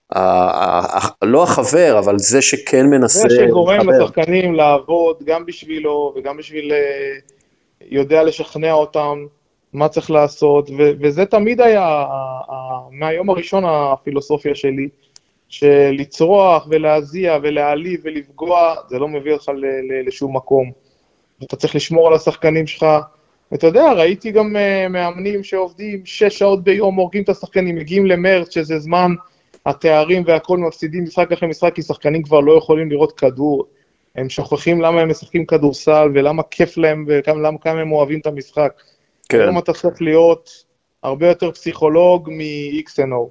לא החבר, אבל זה שכן מנסה... זה שגורם לשחקנים לעבוד גם בשבילו וגם בשביל יודע לשכנע אותם מה צריך לעשות, ו- וזה תמיד היה, ה- ה- מהיום הראשון הפילוסופיה שלי, שלצרוח ולהזיע ולהעליב ולפגוע, זה לא מביא לך ל- ל- לשום מקום. אתה צריך לשמור על השחקנים שלך, ואתה יודע, ראיתי גם uh, מאמנים שעובדים שש שעות ביום, הורגים את השחקנים, מגיעים למרץ, שזה זמן התארים והכל, מפסידים משחק אחרי משחק, כי שחקנים כבר לא יכולים לראות כדור, הם שוכחים למה הם משחקים כדורסל, ולמה כיף להם, ולמה כמה הם אוהבים את המשחק. כן. היום אתה צריך להיות הרבה יותר פסיכולוג מ-X and O.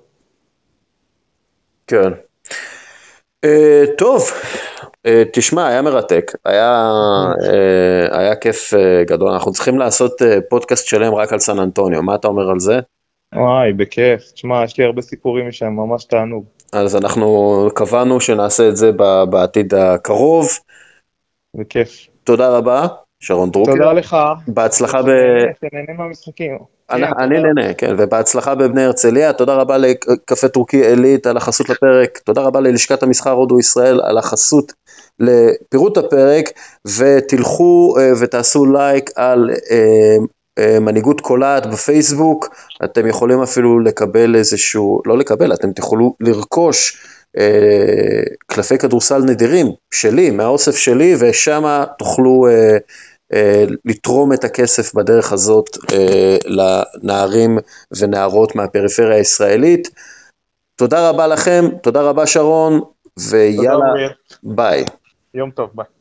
כן. Uh, טוב, uh, תשמע, היה מרתק, היה, uh, היה כיף uh, גדול, אנחנו צריכים לעשות uh, פודקאסט שלם רק על סן אנטוניו, מה אתה אומר על זה? וואי, בכיף, תשמע, יש לי הרבה סיפורים משם, ממש תענוג. אז אנחנו קבענו שנעשה את זה בעתיד הקרוב. בכיף. תודה רבה, שרון דרוקר. תודה לך. בהצלחה ב... שנהנה מהמשחקים. אני, אני נהנה, כן, ובהצלחה בבני הרצליה. תודה רבה לקפה טורקי עילית על החסות לפרק, תודה רבה ללשכת המסחר הודו ישראל על החסות לפירוט הפרק, ותלכו ותעשו לייק על מנהיגות קולעת בפייסבוק, אתם יכולים אפילו לקבל איזשהו, לא לקבל, אתם תוכלו לרכוש קלפי כדורסל נדירים שלי, מהאוסף שלי, ושם תוכלו לתרום את הכסף בדרך הזאת לנערים ונערות מהפריפריה הישראלית. תודה רבה לכם, תודה רבה שרון, ויאללה, ביי. יום טוב, ביי.